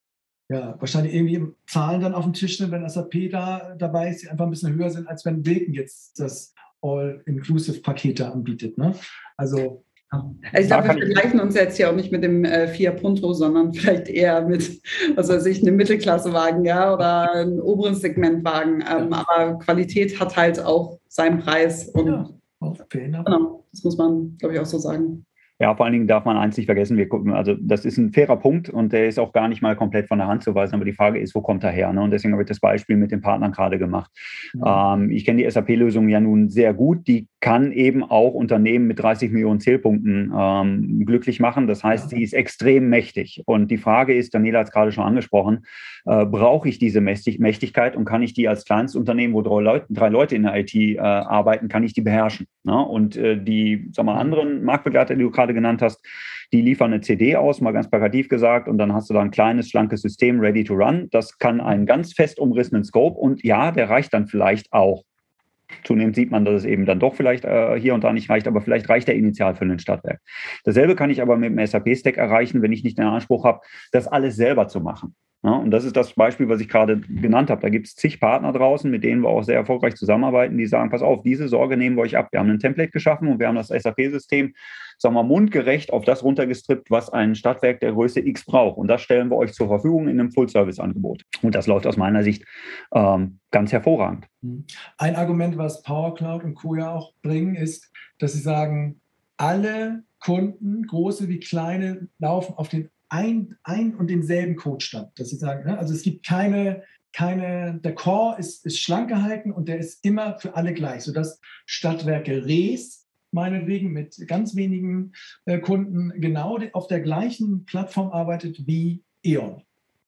ja, wahrscheinlich irgendwie Zahlen dann auf dem Tisch sind, wenn SAP dabei ist, die einfach ein bisschen höher sind, als wenn Wilken jetzt das All-Inclusive-Paket da anbietet. Ne? Also ich glaube, wir vergleichen uns jetzt hier auch nicht mit dem Fiat Punto, sondern vielleicht eher mit, was weiß ich, einem Mittelklassewagen, ja, oder einem oberen Segmentwagen. Aber Qualität hat halt auch seinen Preis. Und genau, das muss man, glaube ich, auch so sagen. Ja, vor allen Dingen darf man eins nicht vergessen, also das ist ein fairer Punkt und der ist auch gar nicht mal komplett von der Hand zu weisen, aber die Frage ist, wo kommt er her? Ne? Und deswegen habe ich das Beispiel mit den Partnern gerade gemacht. Mhm. Ich kenne die SAP-Lösung ja nun sehr gut, die kann eben auch Unternehmen mit 30 Millionen Zählpunkten glücklich machen. Das heißt, sie ist extrem mächtig. Und die Frage ist, Daniela hat es gerade schon angesprochen, brauche ich diese Mächtigkeit und kann ich die als kleines Unternehmen, wo drei Leute in der IT arbeiten, kann ich die beherrschen? Ne? Und die, sag mal, anderen Marktbegleiter, die du gerade genannt hast, die liefern eine CD aus, mal ganz plakativ gesagt, und dann hast du da ein kleines, schlankes System ready to run. Das kann einen ganz fest umrissenen Scope und ja, der reicht dann vielleicht auch. Zunehmend sieht man, dass es eben dann doch vielleicht hier und da nicht reicht, aber vielleicht reicht der initial für ein Stadtwerk. Dasselbe kann ich aber mit dem SAP-Stack erreichen, wenn ich nicht den Anspruch habe, das alles selber zu machen. Ja, und das ist das Beispiel, was ich gerade genannt habe. Da gibt es zig Partner draußen, mit denen wir auch sehr erfolgreich zusammenarbeiten, die sagen, pass auf, diese Sorge nehmen wir euch ab. Wir haben ein Template geschaffen und wir haben das SAP-System, sagen wir, mundgerecht auf das runtergestrippt, was ein Stadtwerk der Größe X braucht. Und das stellen wir euch zur Verfügung in einem Full-Service-Angebot. Und das läuft aus meiner Sicht ganz hervorragend. Ein Argument, was Power Cloud und Co. ja auch bringen, ist, dass sie sagen, alle Kunden, große wie kleine, laufen auf den ein und denselben Codestand, dass sie sagen, ne? Also es gibt keine, der Core ist schlank gehalten und der ist immer für alle gleich, sodass Stadtwerke Rees meinetwegen mit ganz wenigen Kunden genau auf der gleichen Plattform arbeitet wie E.ON.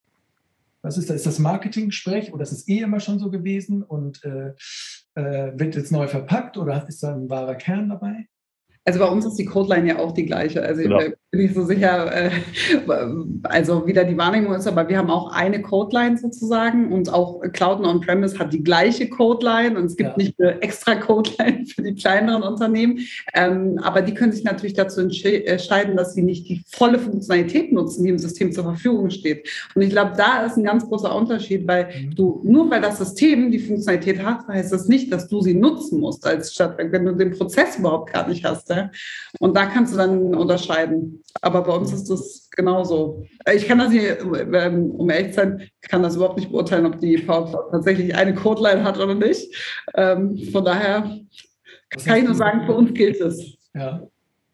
Was ist das? Ist das Marketinggespräch oder ist es immer schon so gewesen und wird jetzt neu verpackt oder ist da ein wahrer Kern dabei? Also bei uns ist die Codeline ja auch die gleiche. Also genau. Ich bin nicht so sicher, also wie da die Wahrnehmung ist, aber wir haben auch eine Codeline sozusagen und auch Cloud und On-Premise hat die gleiche Codeline und es gibt nicht eine extra Codeline für die kleineren Unternehmen, aber die können sich natürlich dazu entscheiden, dass sie nicht die volle Funktionalität nutzen, die im System zur Verfügung steht. Und ich glaube, da ist ein ganz großer Unterschied, weil nur weil das System die Funktionalität hat, heißt das nicht, dass du sie nutzen musst als Stadtwerk, wenn du den Prozess überhaupt gar nicht hast. Und da kannst du dann unterscheiden. Aber bei uns ist das genauso. Ich kann das nicht, um ehrlich zu sein, kann das überhaupt nicht beurteilen, ob die Power Cloud tatsächlich eine Codeline hat oder nicht. Von daher kann ich nur sagen, für uns gilt es. Ja.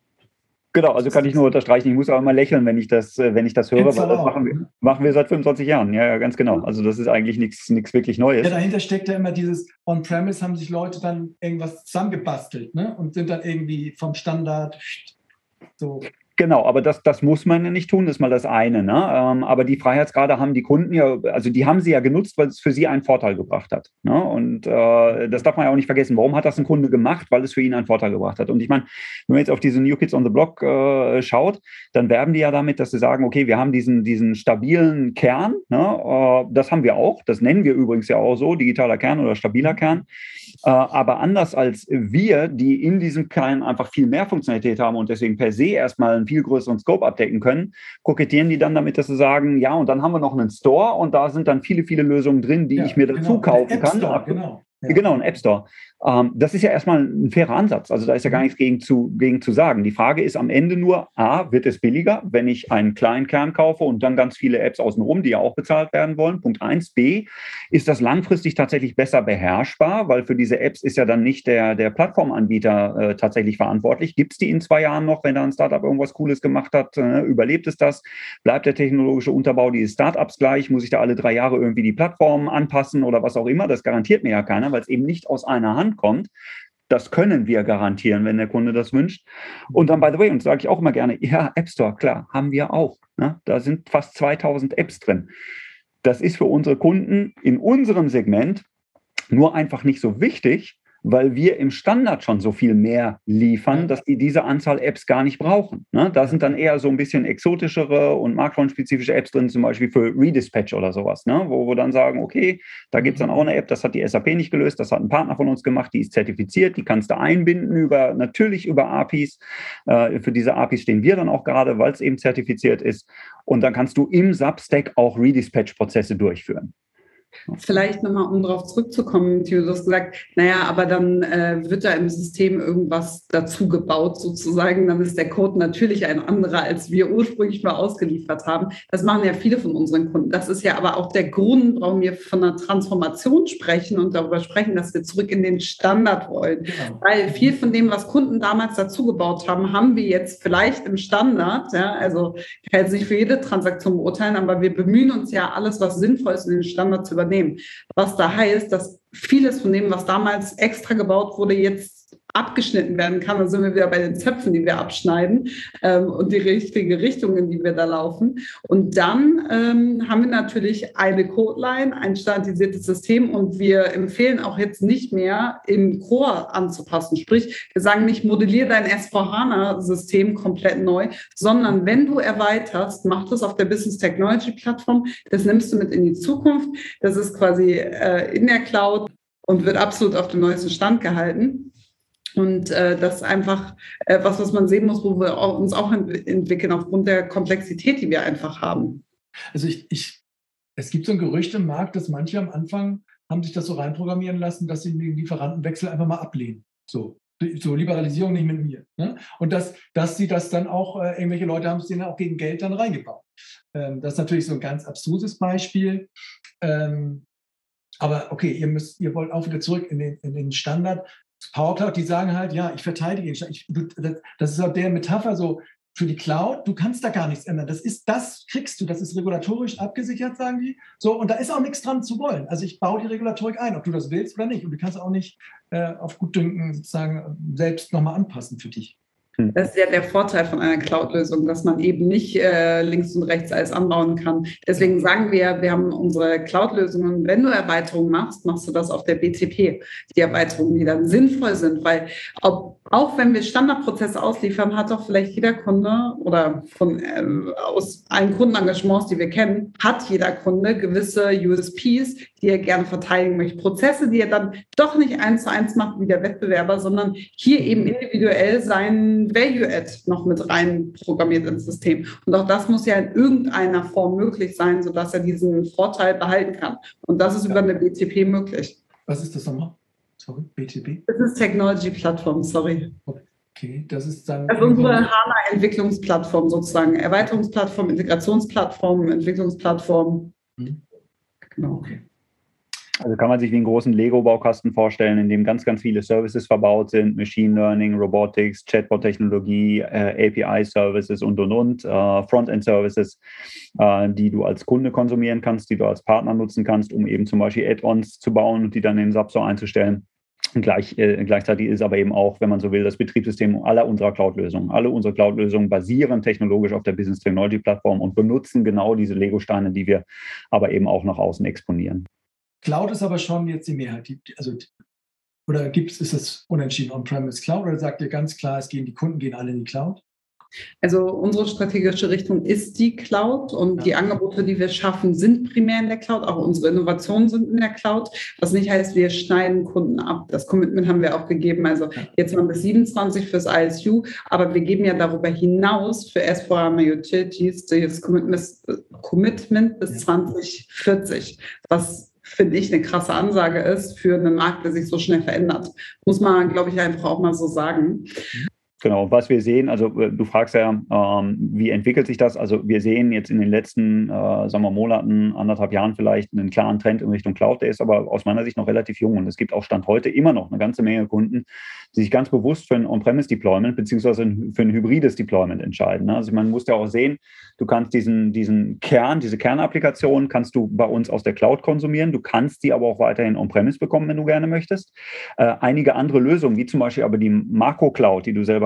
Genau, also kann ich nur unterstreichen. Ich muss auch immer lächeln, wenn ich das höre, weil das machen wir seit 25 Jahren. Ja, ganz genau. Also das ist eigentlich nichts wirklich Neues. Ja, dahinter steckt ja immer dieses On-Premise, haben sich Leute dann irgendwas zusammengebastelt, ne? Und sind dann irgendwie vom Standard so. Genau, aber das muss man ja nicht tun, das ist mal das eine. Ne? Aber die Freiheitsgrade haben die Kunden ja, also die haben sie ja genutzt, weil es für sie einen Vorteil gebracht hat. Ne? Und das darf man ja auch nicht vergessen. Warum hat das ein Kunde gemacht? Weil es für ihn einen Vorteil gebracht hat. Und ich meine, wenn man jetzt auf diese New Kids on the Block schaut, dann werben die ja damit, dass sie sagen, okay, wir haben diesen stabilen Kern. Ne? Das haben wir auch. Das nennen wir übrigens ja auch so, digitaler Kern oder stabiler Kern. Aber anders als wir, die in diesem Kern einfach viel mehr Funktionalität haben und deswegen per se erstmal einen viel größeren Scope abdecken können, kokettieren die dann damit, dass sie sagen, ja, und dann haben wir noch einen Store und da sind dann viele, viele Lösungen drin, die ich mir dazu kaufen kann. Genau. Ja. Genau, ein App Store. Das ist ja erstmal ein fairer Ansatz. Also da ist ja gar nichts gegen zu sagen. Die Frage ist am Ende nur, A, wird es billiger, wenn ich einen kleinen Kern kaufe und dann ganz viele Apps außenrum, die ja auch bezahlt werden wollen. Punkt 1. B, ist das langfristig tatsächlich besser beherrschbar, weil für diese Apps ist ja dann nicht der Plattformanbieter tatsächlich verantwortlich. Gibt es die in 2 Jahren noch, wenn da ein Startup irgendwas Cooles gemacht hat? Überlebt es das? Bleibt der technologische Unterbau dieses Startups gleich? Muss ich da alle 3 Jahre irgendwie die Plattform anpassen oder was auch immer? Das garantiert mir ja keiner, weil es eben nicht aus einer Hand kommt. Das können wir garantieren, wenn der Kunde das wünscht. Und dann, by the way, und das sage ich auch immer gerne, ja, App Store, klar, haben wir auch. Ne? Da sind fast 2000 Apps drin. Das ist für unsere Kunden in unserem Segment nur einfach nicht so wichtig, weil wir im Standard schon so viel mehr liefern, dass die diese Anzahl Apps gar nicht brauchen. Ne? Da sind dann eher so ein bisschen exotischere und marktspezifische Apps drin, zum Beispiel für Redispatch oder sowas, ne? Wo wir dann sagen, okay, da gibt es dann auch eine App, das hat die SAP nicht gelöst, das hat ein Partner von uns gemacht, die ist zertifiziert, die kannst du einbinden natürlich über APIs. Für diese APIs stehen wir dann auch gerade, weil es eben zertifiziert ist. Und dann kannst du im Substack auch Redispatch-Prozesse durchführen. Vielleicht nochmal, um darauf zurückzukommen, Theo, du hast gesagt, naja, aber dann wird da im System irgendwas dazu gebaut sozusagen, dann ist der Code natürlich ein anderer, als wir ursprünglich mal ausgeliefert haben. Das machen ja viele von unseren Kunden. Das ist ja aber auch der Grund, warum wir von einer Transformation sprechen und darüber sprechen, dass wir zurück in den Standard wollen. Genau. Weil viel von dem, was Kunden damals dazu gebaut haben, haben wir jetzt vielleicht im Standard. Ja? Also ich kann jetzt nicht für jede Transaktion beurteilen, aber wir bemühen uns ja, alles, was sinnvoll ist, in den Standard zu übernehmen. Was da heißt, dass vieles von dem, was damals extra gebaut wurde, jetzt abgeschnitten werden kann. Da sind wir wieder bei den Zöpfen, die wir abschneiden und die richtige Richtung, in die wir da laufen. Und dann haben wir natürlich eine Codeline, ein standardisiertes System und wir empfehlen auch jetzt nicht mehr im Core anzupassen. Sprich, wir sagen nicht, modelliere dein S4HANA-System komplett neu, sondern wenn du erweiterst, mach das auf der Business Technology Plattform. Das nimmst du mit in die Zukunft. Das ist quasi in der Cloud und wird absolut auf dem neuesten Stand gehalten. Und das ist einfach was man sehen muss, wo wir uns auch entwickeln, aufgrund der Komplexität, die wir einfach haben. Also es gibt so ein Gerücht im Markt, dass manche am Anfang haben sich das so reinprogrammieren lassen, dass sie den Lieferantenwechsel einfach mal ablehnen. So Liberalisierung nicht mit mir. Ne? Und dass sie das dann auch, irgendwelche Leute haben es denen auch gegen Geld dann reingebaut. Das ist natürlich so ein ganz abstruses Beispiel. Aber okay, ihr wollt auch wieder zurück in den Standard. Power Cloud, die sagen halt, ja, ich verteidige ihn. Das ist auch der Metapher so für die Cloud, du kannst da gar nichts ändern. Das kriegst du, das ist regulatorisch abgesichert, sagen die. So, und da ist auch nichts dran zu wollen. Also ich baue die Regulatorik ein, ob du das willst oder nicht. Und du kannst auch nicht auf Gutdünken sozusagen selbst nochmal anpassen für dich. Das ist ja der Vorteil von einer Cloud-Lösung, dass man eben nicht links und rechts alles anbauen kann. Deswegen sagen wir haben unsere Cloud-Lösungen, wenn du Erweiterungen machst, machst du das auf der BTP. Die Erweiterungen, die dann sinnvoll sind, weil auch wenn wir Standardprozesse ausliefern, hat doch vielleicht jeder Kunde oder aus allen Kundenengagements, die wir kennen, hat jeder Kunde gewisse USPs, die er gerne verteidigen möchte. Prozesse, die er dann doch nicht 1:1 macht wie der Wettbewerber, sondern hier eben individuell seinen Value-Add noch mit rein programmiert ins System. Und auch das muss ja in irgendeiner Form möglich sein, sodass er diesen Vorteil behalten kann. Und das ist über eine BTP möglich. Was ist das nochmal? Sorry, BTP? Das ist Technology-Plattform, sorry. Okay, das ist dann... Also unsere HANA-Entwicklungsplattform sozusagen. Erweiterungsplattform, Integrationsplattform, Entwicklungsplattform. Genau, okay. Also kann man sich wie einen großen Lego-Baukasten vorstellen, in dem ganz, ganz viele Services verbaut sind, Machine Learning, Robotics, Chatbot-Technologie, API-Services und. Frontend-Services, die du als Kunde konsumieren kannst, die du als Partner nutzen kannst, um eben zum Beispiel Add-ons zu bauen und die dann in den SAP einzustellen. Und gleichzeitig ist aber eben auch, wenn man so will, das Betriebssystem aller unserer Cloud-Lösungen. Alle unsere Cloud-Lösungen basieren technologisch auf der Business Technology Plattform und benutzen genau diese Lego-Steine, die wir aber eben auch nach außen exponieren. Cloud ist aber schon jetzt die Mehrheit. Oder ist es unentschieden On-Premise Cloud oder sagt ihr ganz klar, die Kunden gehen alle in die Cloud? Also unsere strategische Richtung ist die Cloud und die Angebote, die wir schaffen, sind primär in der Cloud. Auch unsere Innovationen sind in der Cloud, was nicht heißt, wir schneiden Kunden ab. Das Commitment haben wir auch gegeben, also jetzt mal bis 27 fürs ISU, aber wir geben ja darüber hinaus für S4HANA Utilities das Commitment bis 2040, was finde ich eine krasse Ansage ist für einen Markt, der sich so schnell verändert. Muss man, glaube ich, einfach auch mal so sagen. Genau, was wir sehen, also du fragst ja, wie entwickelt sich das? Also wir sehen jetzt in den letzten, Monaten, 1,5 Jahren vielleicht einen klaren Trend in Richtung Cloud, der ist aber aus meiner Sicht noch relativ jung und es gibt auch Stand heute immer noch eine ganze Menge Kunden, die sich ganz bewusst für ein On-Premise-Deployment beziehungsweise für ein hybrides Deployment entscheiden. Also man muss ja auch sehen, du kannst diese Kernapplikation kannst du bei uns aus der Cloud konsumieren, du kannst die aber auch weiterhin On-Premise bekommen, wenn du gerne möchtest. Einige andere Lösungen, wie zum Beispiel aber die Makro-Cloud, die du selber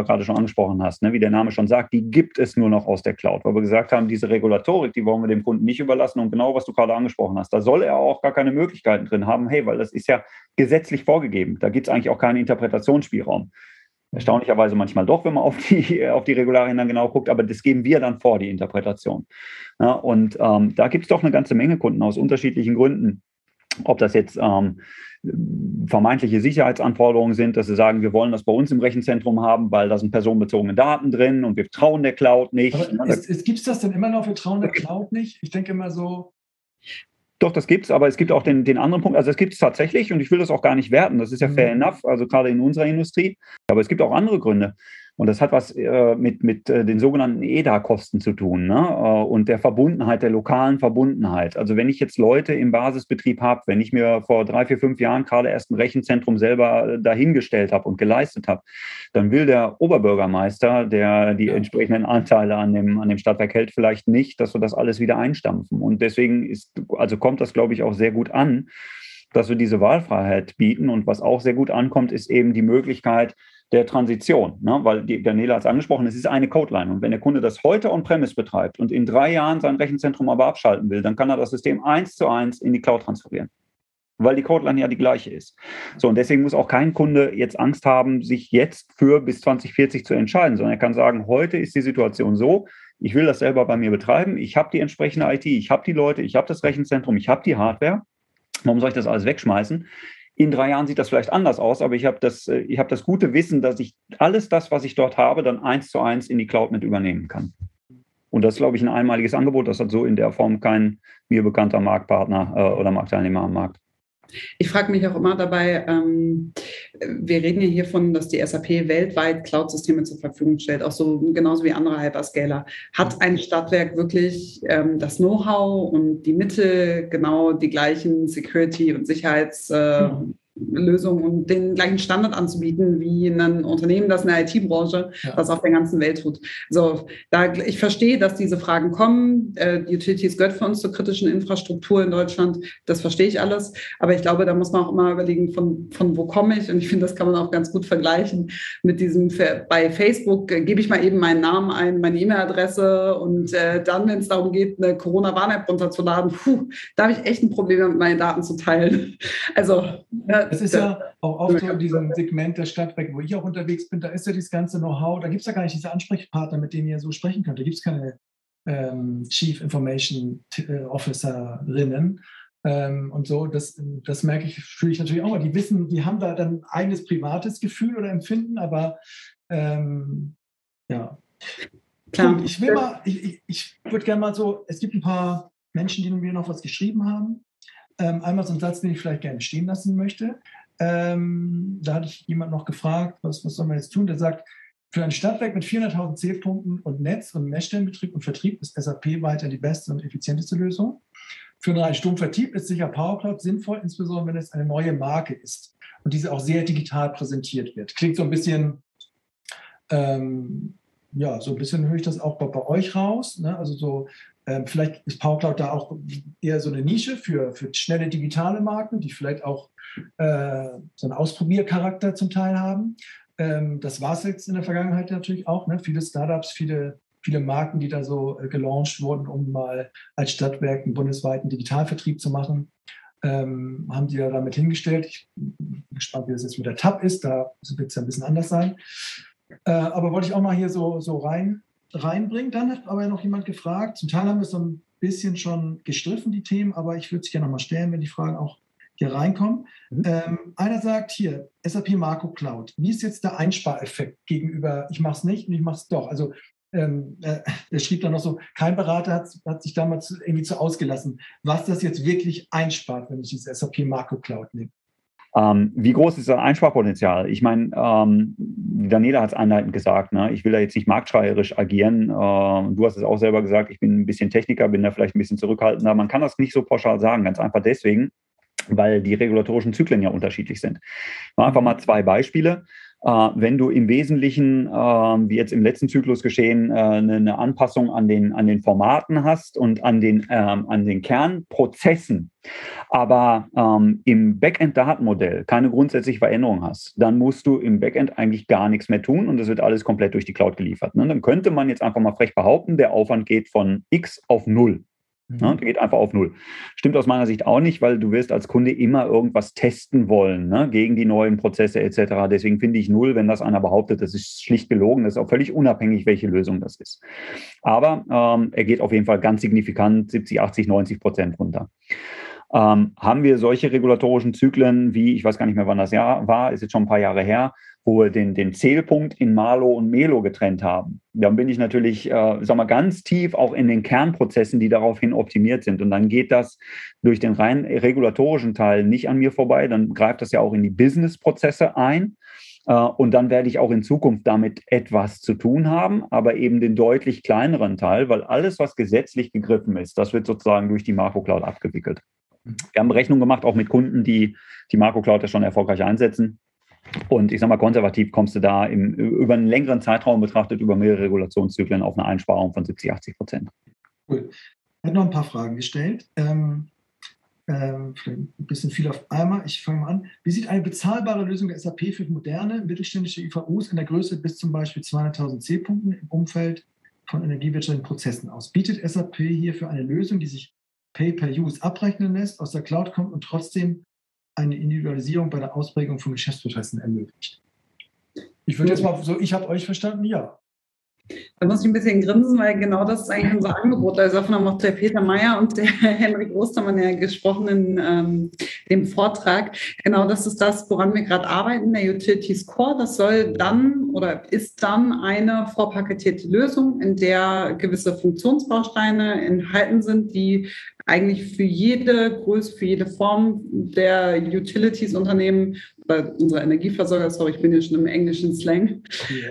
selber gerade schon angesprochen hast, ne, wie der Name schon sagt, die gibt es nur noch aus der Cloud, weil wir gesagt haben, diese Regulatorik, die wollen wir dem Kunden nicht überlassen und genau, was du gerade angesprochen hast, da soll er auch gar keine Möglichkeiten drin haben, hey, weil das ist ja gesetzlich vorgegeben, da gibt es eigentlich auch keinen Interpretationsspielraum. Erstaunlicherweise manchmal doch, wenn man auf die Regularien dann genau guckt, aber das geben wir dann vor, die Interpretation. Ja, und da gibt es doch eine ganze Menge Kunden aus unterschiedlichen Gründen, ob das jetzt vermeintliche Sicherheitsanforderungen sind, dass sie sagen, wir wollen das bei uns im Rechenzentrum haben, weil da sind personenbezogene Daten drin und wir trauen der Cloud nicht. Gibt es das denn immer noch, wir trauen der Cloud nicht? Ich denke immer so... Doch, das gibt es, aber es gibt auch den anderen Punkt, also es gibt es tatsächlich und ich will das auch gar nicht werten, das ist ja fair enough, also gerade in unserer Industrie, aber es gibt auch andere Gründe und das hat was mit den sogenannten EDA-Kosten zu tun, ne? Und der Verbundenheit, der lokalen Verbundenheit. Also wenn ich jetzt Leute im Basisbetrieb habe, wenn ich mir vor 3, 4, 5 Jahren gerade erst ein Rechenzentrum selber dahingestellt habe und geleistet habe, dann will der Oberbürgermeister, der die entsprechenden Anteile an dem Stadtwerk hält, vielleicht nicht, dass wir das alles wieder einstampfen. Und deswegen kommt das, glaube ich, auch sehr gut an, dass wir diese Wahlfreiheit bieten. Und was auch sehr gut ankommt, ist eben die Möglichkeit der Transition, ne? Weil Daniela hat es angesprochen, es ist eine Codeline. Und wenn der Kunde das heute on-premise betreibt und in 3 Jahren sein Rechenzentrum aber abschalten will, dann kann er das System 1:1 in die Cloud transferieren, weil die Codeline ja die gleiche ist. So, und deswegen muss auch kein Kunde jetzt Angst haben, sich jetzt für bis 2040 zu entscheiden, sondern er kann sagen, heute ist die Situation so, ich will das selber bei mir betreiben, ich habe die entsprechende IT, ich habe die Leute, ich habe das Rechenzentrum, ich habe die Hardware. Warum soll ich das alles wegschmeißen? In 3 Jahren sieht das vielleicht anders aus, aber ich habe das gute Wissen, dass ich alles das, was ich dort habe, dann 1:1 in die Cloud mit übernehmen kann. Und das ist, glaube ich, ein einmaliges Angebot. Das hat so in der Form kein mir bekannter Marktpartner oder Marktteilnehmer am Markt. Ich frage mich auch immer dabei, wir reden ja hiervon, dass die SAP weltweit Cloud-Systeme zur Verfügung stellt, auch so genauso wie andere Hyperscaler. Hat ein Stadtwerk wirklich das Know-how und die Mittel, genau die gleichen Security- und Sicherheitslösungen und den gleichen Standard anzubieten wie ein Unternehmen, das in der IT-Branche das auf der ganzen Welt tut? So, ich verstehe, dass diese Fragen kommen. Die Utilities gehört für uns zur kritischen Infrastruktur in Deutschland. Das verstehe ich alles. Aber ich glaube, da muss man auch immer überlegen, von wo komme ich? Und ich finde, das kann man auch ganz gut vergleichen mit diesem, bei Facebook gebe ich mal eben meinen Namen ein, meine E-Mail-Adresse und dann, wenn es darum geht, eine Corona-Warn-App runterzuladen, da habe ich echt ein Problem damit, meine Daten zu teilen. Also, es ist ja auch oft so in diesem Segment der Stadtwerke, wo ich auch unterwegs bin, da ist ja dieses ganze Know-how, da gibt es ja gar nicht diese Ansprechpartner, mit denen ihr so sprechen könnt. Da gibt es keine Chief Information Officerinnen und so. Das merke ich, fühle ich natürlich auch. Die wissen, die haben da dann ein eigenes privates Gefühl oder Empfinden, aber ja. Klar. Gut, ich würde gerne mal so, es gibt ein paar Menschen, die mir noch was geschrieben haben. Einmal so ein Satz, den ich vielleicht gerne stehen lassen möchte. Da hatte ich jemand noch gefragt, was sollen wir jetzt tun? Der sagt, für ein Stadtwerk mit 400.000 Zählpunkten und Netz- und Messstellenbetrieb und Vertrieb ist SAP weiter die beste und effizienteste Lösung. Für einen reinen Stummvertrieb ist sicher PowerCloud sinnvoll, insbesondere wenn es eine neue Marke ist und diese auch sehr digital präsentiert wird. Klingt so ein bisschen, so ein bisschen höre ich das auch bei euch raus, ne? Also so, vielleicht ist PowerCloud da auch eher so eine Nische für schnelle digitale Marken, die vielleicht auch so einen Ausprobiercharakter zum Teil haben. Das war es jetzt in der Vergangenheit natürlich auch. Ne? Viele Startups, viele Marken, die da so gelauncht wurden, um mal als Stadtwerk einen bundesweiten Digitalvertrieb zu machen, haben die ja damit hingestellt. Ich bin gespannt, wie das jetzt mit der TAP ist. Da wird es ja ein bisschen anders sein. Aber wollte ich auch mal hier so reinbringen. Dann hat aber noch jemand gefragt, zum Teil haben wir es so ein bisschen schon gestriffen, die Themen, aber ich würde es gerne nochmal stellen, wenn die Fragen auch hier reinkommen. Einer sagt hier, SAP Marco Cloud, wie ist jetzt der Einspareffekt gegenüber, ich mache es nicht und ich mache es doch? Also er schrieb dann noch so, kein Berater hat sich damals irgendwie so ausgelassen, was das jetzt wirklich einspart, wenn ich diese SAP Marco Cloud nehme. Wie groß ist das Einsparpotenzial? Ich meine, Daniela hat es einleitend gesagt, ne? Ich will da jetzt nicht marktschreierisch agieren. Du hast es auch selber gesagt, ich bin ein bisschen Techniker, bin da vielleicht ein bisschen zurückhaltender. Man kann das nicht so pauschal sagen, ganz einfach deswegen, weil die regulatorischen Zyklen ja unterschiedlich sind. Einfach mal 2 Beispiele. wenn du im Wesentlichen, wie jetzt im letzten Zyklus geschehen, eine Anpassung an den Formaten hast und an den Kernprozessen, aber im Backend-Datenmodell keine grundsätzliche Veränderung hast, dann musst du im Backend eigentlich gar nichts mehr tun und es wird alles komplett durch die Cloud geliefert. Ne? Dann könnte man jetzt einfach mal frech behaupten, der Aufwand geht von X auf 0. Ne? Der geht einfach auf 0. Stimmt aus meiner Sicht auch nicht, weil du wirst als Kunde immer irgendwas testen wollen, ne? Gegen die neuen Prozesse etc. Deswegen finde ich 0, wenn das einer behauptet, das ist schlicht gelogen. Das ist auch völlig unabhängig, welche Lösung das ist. Aber er geht auf jeden Fall ganz signifikant 70, 80, 90% runter. Haben wir solche regulatorischen Zyklen wie, ich weiß gar nicht mehr, wann das Jahr war, ist jetzt schon ein paar Jahre her, wo wir den Zählpunkt in Malo und Melo getrennt haben. Dann bin ich natürlich, ganz tief auch in den Kernprozessen, die daraufhin optimiert sind. Und dann geht das durch den rein regulatorischen Teil nicht an mir vorbei. Dann greift das ja auch in die Business-Prozesse ein. Und dann werde ich auch in Zukunft damit etwas zu tun haben, aber eben den deutlich kleineren Teil, weil alles, was gesetzlich gegriffen ist, das wird sozusagen durch die Marco Cloud abgewickelt. Wir haben Berechnungen gemacht, auch mit Kunden, die Marco Cloud ja schon erfolgreich einsetzen. Und ich sage mal, konservativ kommst du da über einen längeren Zeitraum betrachtet, über mehrere Regulationszyklen auf eine Einsparung von 70, 80%. Cool. Ich habe noch ein paar Fragen gestellt. Ein bisschen viel auf einmal. Ich fange mal an. Wie sieht eine bezahlbare Lösung der SAP für moderne mittelständische IVUs in der Größe bis zum Beispiel 200.000 C-Punkten im Umfeld von energiewirtschaftlichen Prozessen aus? Bietet SAP hierfür eine Lösung, die sich Pay-per-Use abrechnen lässt, aus der Cloud kommt und trotzdem eine Individualisierung bei der Ausprägung von Geschäftsprozessen ermöglicht? Ich würde jetzt mal so, ich habe euch verstanden, ja. Da muss ich ein bisschen grinsen, weil genau das ist eigentlich unser Angebot. Also davon haben auch der Peter Meyer und der Henrik Ostermann ja gesprochen in dem Vortrag. Genau das ist das, woran wir gerade arbeiten, der Utilities Core. Das soll dann oder ist dann eine vorpaketierte Lösung, in der gewisse Funktionsbausteine enthalten sind, die eigentlich für jede Größe, für jede Form der Utilities-Unternehmen oder unserer Energieversorger, sorry, ich bin hier schon im englischen Slang,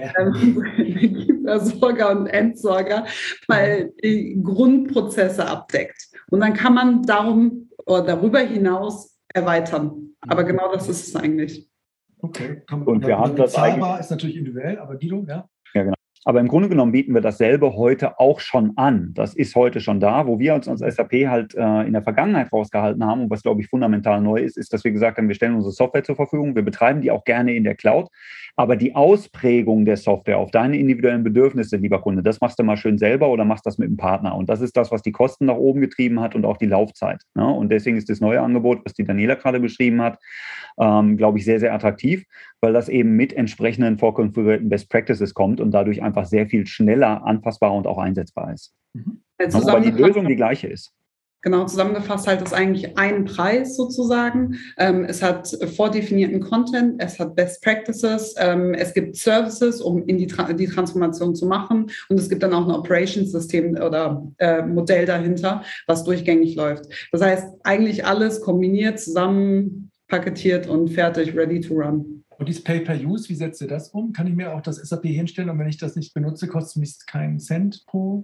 Energieversorger und Entsorger, weil die Grundprozesse abdeckt. Und dann kann man darum oder darüber hinaus erweitern. Aber genau das ist es eigentlich. Okay, und wir haben das bezahlbar ist natürlich individuell, aber Guido, ja? Ja, genau. Aber im Grunde genommen bieten wir dasselbe heute auch schon an. Das ist heute schon da. Wo wir uns als SAP halt in der Vergangenheit rausgehalten haben und was, glaube ich, fundamental neu ist, ist, dass wir gesagt haben, wir stellen unsere Software zur Verfügung, wir betreiben die auch gerne in der Cloud, aber die Ausprägung der Software auf deine individuellen Bedürfnisse, lieber Kunde, das machst du mal schön selber oder machst das mit einem Partner. Und das ist das, was die Kosten nach oben getrieben hat und auch die Laufzeit. Ne? Und deswegen ist das neue Angebot, was die Daniela gerade beschrieben hat, glaube ich, sehr, sehr attraktiv, weil das eben mit entsprechenden vorkonfigurierten Best Practices kommt und dadurch einfach sehr viel schneller anpassbar und auch einsetzbar ist. Weil die Lösung die gleiche ist. Genau, zusammengefasst halt ist eigentlich ein Preis sozusagen. Es hat vordefinierten Content, es hat Best Practices, es gibt Services, um in die Transformation zu machen und es gibt dann auch ein Operations-System oder Modell dahinter, was durchgängig läuft. Das heißt, eigentlich alles kombiniert, zusammen paketiert und fertig, ready to run. Und dieses Pay-per-Use, wie setzt ihr das um? Kann ich mir auch das SAP hinstellen und wenn ich das nicht benutze, kostet mich keinen Cent pro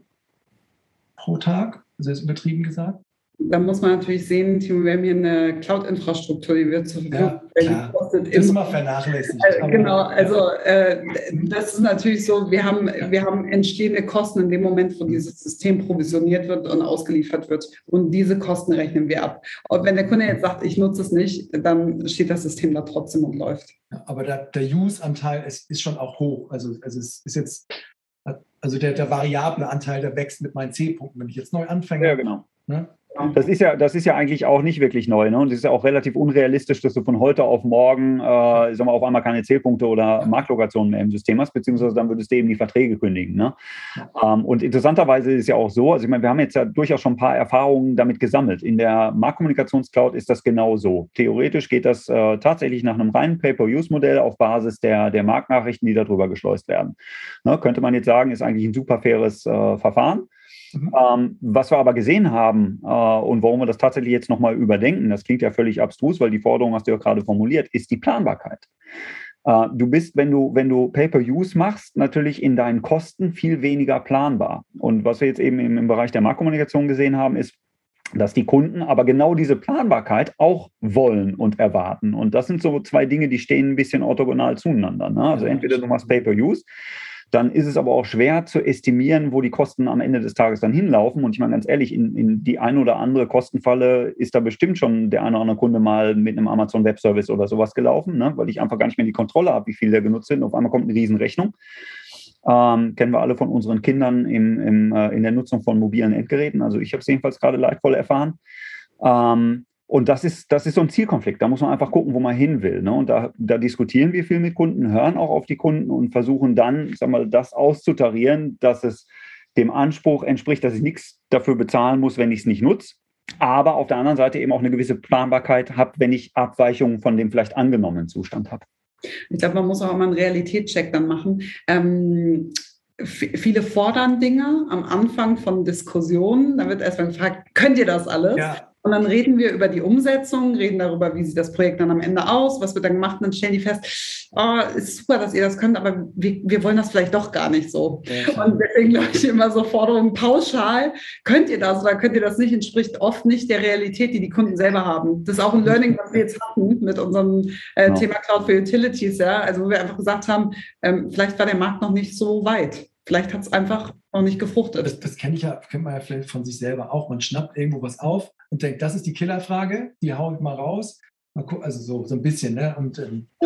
Tag? Also ist übertrieben gesagt. Da muss man natürlich sehen, Timo, wir haben hier eine Cloud-Infrastruktur, die wir zur Verfügung stellen. Ja, das ist immer vernachlässigt. Genau, also das ist natürlich so, wir haben entstehende Kosten in dem Moment, wo dieses System provisioniert wird und ausgeliefert wird. Und diese Kosten rechnen wir ab. Und wenn der Kunde jetzt sagt, ich nutze es nicht, dann steht das System da trotzdem und läuft. Ja, aber der Use-Anteil ist schon auch hoch. Also es ist jetzt, also der variable Anteil, der wächst mit meinen C-Punkten, wenn ich jetzt neu anfange. Ja, genau. Ne? Das ist ja eigentlich auch nicht wirklich neu. Ne? Und es ist ja auch relativ unrealistisch, dass du von heute auf morgen auf einmal keine Zählpunkte oder Marktlokationen mehr im System hast, beziehungsweise dann würdest du eben die Verträge kündigen. Ne? Und interessanterweise ist es ja auch so, also ich meine, wir haben jetzt ja durchaus schon ein paar Erfahrungen damit gesammelt. In der Marktkommunikationscloud ist das genau so. Theoretisch geht das tatsächlich nach einem reinen Pay-per-Use-Modell auf Basis der Marktnachrichten, die darüber geschleust werden. Ne? Könnte man jetzt sagen, ist eigentlich ein super faires Verfahren. Was wir aber gesehen haben und warum wir das tatsächlich jetzt nochmal überdenken, das klingt ja völlig abstrus, weil die Forderung hast du ja gerade formuliert, ist die Planbarkeit. Du bist, wenn du Pay-per-Use machst, natürlich in deinen Kosten viel weniger planbar. Und was wir jetzt eben im Bereich der Marktkommunikation gesehen haben, ist, dass die Kunden aber genau diese Planbarkeit auch wollen und erwarten. Und das sind so zwei Dinge, die stehen ein bisschen orthogonal zueinander. Ne? Also entweder du machst Pay-per-Use, dann ist es aber auch schwer zu estimieren, wo die Kosten am Ende des Tages dann hinlaufen. Und ich meine ganz ehrlich, in die eine oder andere Kostenfalle ist da bestimmt schon der eine oder andere Kunde mal mit einem Amazon Web Service oder sowas gelaufen, ne? Weil ich einfach gar nicht mehr die Kontrolle habe, wie viel der genutzt wird. Und auf einmal kommt eine Riesenrechnung. Kennen wir alle von unseren Kindern in der Nutzung von mobilen Endgeräten. Also ich habe es jedenfalls gerade leidvoll erfahren. Und das ist so ein Zielkonflikt. Da muss man einfach gucken, wo man hin will. Ne? Und da diskutieren wir viel mit Kunden, hören auch auf die Kunden und versuchen dann, ich sag mal, das auszutarieren, dass es dem Anspruch entspricht, dass ich nichts dafür bezahlen muss, wenn ich es nicht nutze. Aber auf der anderen Seite eben auch eine gewisse Planbarkeit habe, wenn ich Abweichungen von dem vielleicht angenommenen Zustand habe. Ich glaube, man muss auch immer einen Realitätscheck dann machen. Viele fordern Dinge am Anfang von Diskussionen. Da wird erstmal gefragt, könnt ihr das alles? Ja. Und dann reden wir über die Umsetzung, reden darüber, wie sieht das Projekt dann am Ende aus, was wird dann gemacht. Und dann stellen die fest, oh, ist super, dass ihr das könnt, aber wir wollen das vielleicht doch gar nicht so. Ja. Und deswegen glaube ich immer so Forderungen pauschal, könnt ihr das oder könnt ihr das nicht, entspricht oft nicht der Realität, die die Kunden selber haben. Das ist auch ein Learning, was wir jetzt hatten mit unserem Thema Cloud for Utilities. Ja? Also wo wir einfach gesagt haben, vielleicht war der Markt noch nicht so weit. Vielleicht hat es einfach noch nicht gefruchtet. Das kennt man ja vielleicht von sich selber auch. Man schnappt irgendwo was auf und denkt, das ist die Killerfrage, die hau ich mal raus. Also so ein bisschen, ne? Und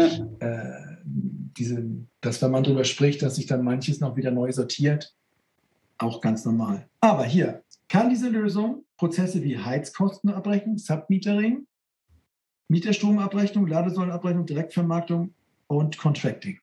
dass, wenn man darüber spricht, dass sich dann manches noch wieder neu sortiert, auch ganz normal. Aber hier, kann diese Lösung Prozesse wie Heizkostenabrechnung, Submetering, Mieterstromabrechnung, Ladesäulenabrechnung, Direktvermarktung und Contracting?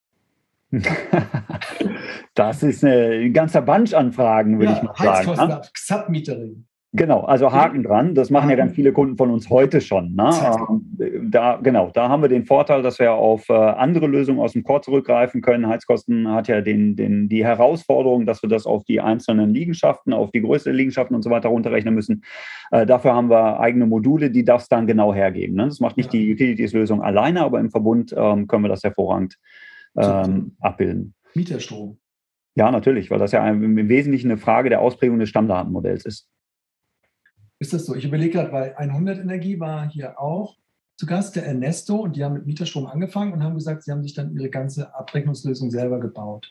Das ist ein ganzer Bunch an Fragen, würde ich mal sagen. Heizkosten, Submetering. Genau, also Haken dran. Das machen ja ganz viele Kunden von uns heute schon. Ne? Da haben wir den Vorteil, dass wir auf andere Lösungen aus dem Core zurückgreifen können. Heizkosten hat ja die Herausforderung, dass wir das auf die einzelnen Liegenschaften, auf die Größe der Liegenschaften und so weiter runterrechnen müssen. Dafür haben wir eigene Module, die das dann genau hergeben. Ne? Das macht nicht die Utilities-Lösung alleine, aber im Verbund können wir das hervorragend abbilden. Mieterstrom. Ja, natürlich, weil das ja im Wesentlichen eine Frage der Ausprägung des Stammdatenmodells ist. Ist das so? Ich überlege gerade, weil 100 Energie war hier auch zu Gast, der Ernesto, und die haben mit Mieterstrom angefangen und haben gesagt, sie haben sich dann ihre ganze Abrechnungslösung selber gebaut.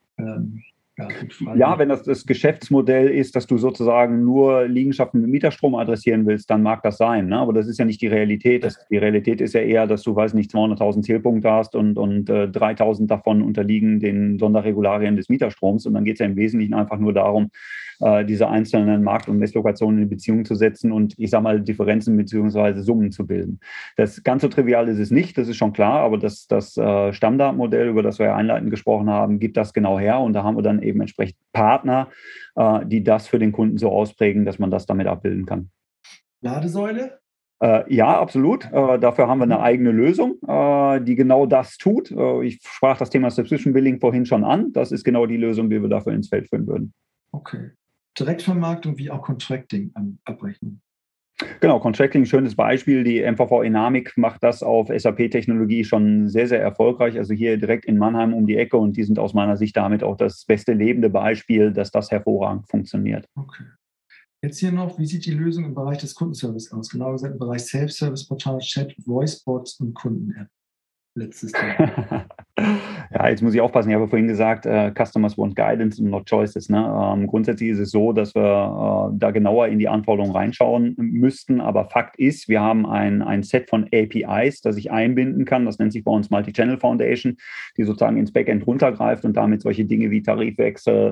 Ja, wenn das Geschäftsmodell ist, dass du sozusagen nur Liegenschaften mit Mieterstrom adressieren willst, dann mag das sein. Ne? Aber das ist ja nicht die Realität. Die Realität ist ja eher, dass du, 200.000 Zählpunkte hast und 3.000 davon unterliegen den Sonderregularien des Mieterstroms. Und dann geht es ja im Wesentlichen einfach nur darum, diese einzelnen Markt- und Messlokationen in Beziehung zu setzen und, ich sage mal, Differenzen bzw. Summen zu bilden. Das ganz so trivial ist es nicht, das ist schon klar, aber das Stammdatenmodell, über das wir ja einleitend gesprochen haben, gibt das genau her, und da haben wir dann eben entsprechend Partner, die das für den Kunden so ausprägen, dass man das damit abbilden kann. Ladesäule? Ja, absolut. Dafür haben wir eine eigene Lösung, die genau das tut. Ich sprach das Thema Subscription Billing vorhin schon an. Das ist genau die Lösung, die wir dafür ins Feld führen würden. Okay. Direktvermarktung wie auch Contracting an Abrechnung. Genau, Contracting, schönes Beispiel. Die MVV Enamic macht das auf SAP-Technologie schon sehr, sehr erfolgreich. Also hier direkt in Mannheim um die Ecke, und die sind aus meiner Sicht damit auch das beste lebende Beispiel, dass das hervorragend funktioniert. Okay. Jetzt hier noch, wie sieht die Lösung im Bereich des Kundenservice aus? Genauer gesagt im Bereich Self-Service, Portal, Chat, Voicebots und Kunden-App. Letztes Thema. Ja, jetzt muss ich aufpassen. Ich habe vorhin gesagt, Customers want guidance and not choices. Ne? Grundsätzlich ist es so, dass wir da genauer in die Anforderungen reinschauen müssten. Aber Fakt ist, wir haben ein Set von APIs, das ich einbinden kann. Das nennt sich bei uns Multi-Channel Foundation, die sozusagen ins Backend runtergreift und damit solche Dinge wie Tarifwechsel,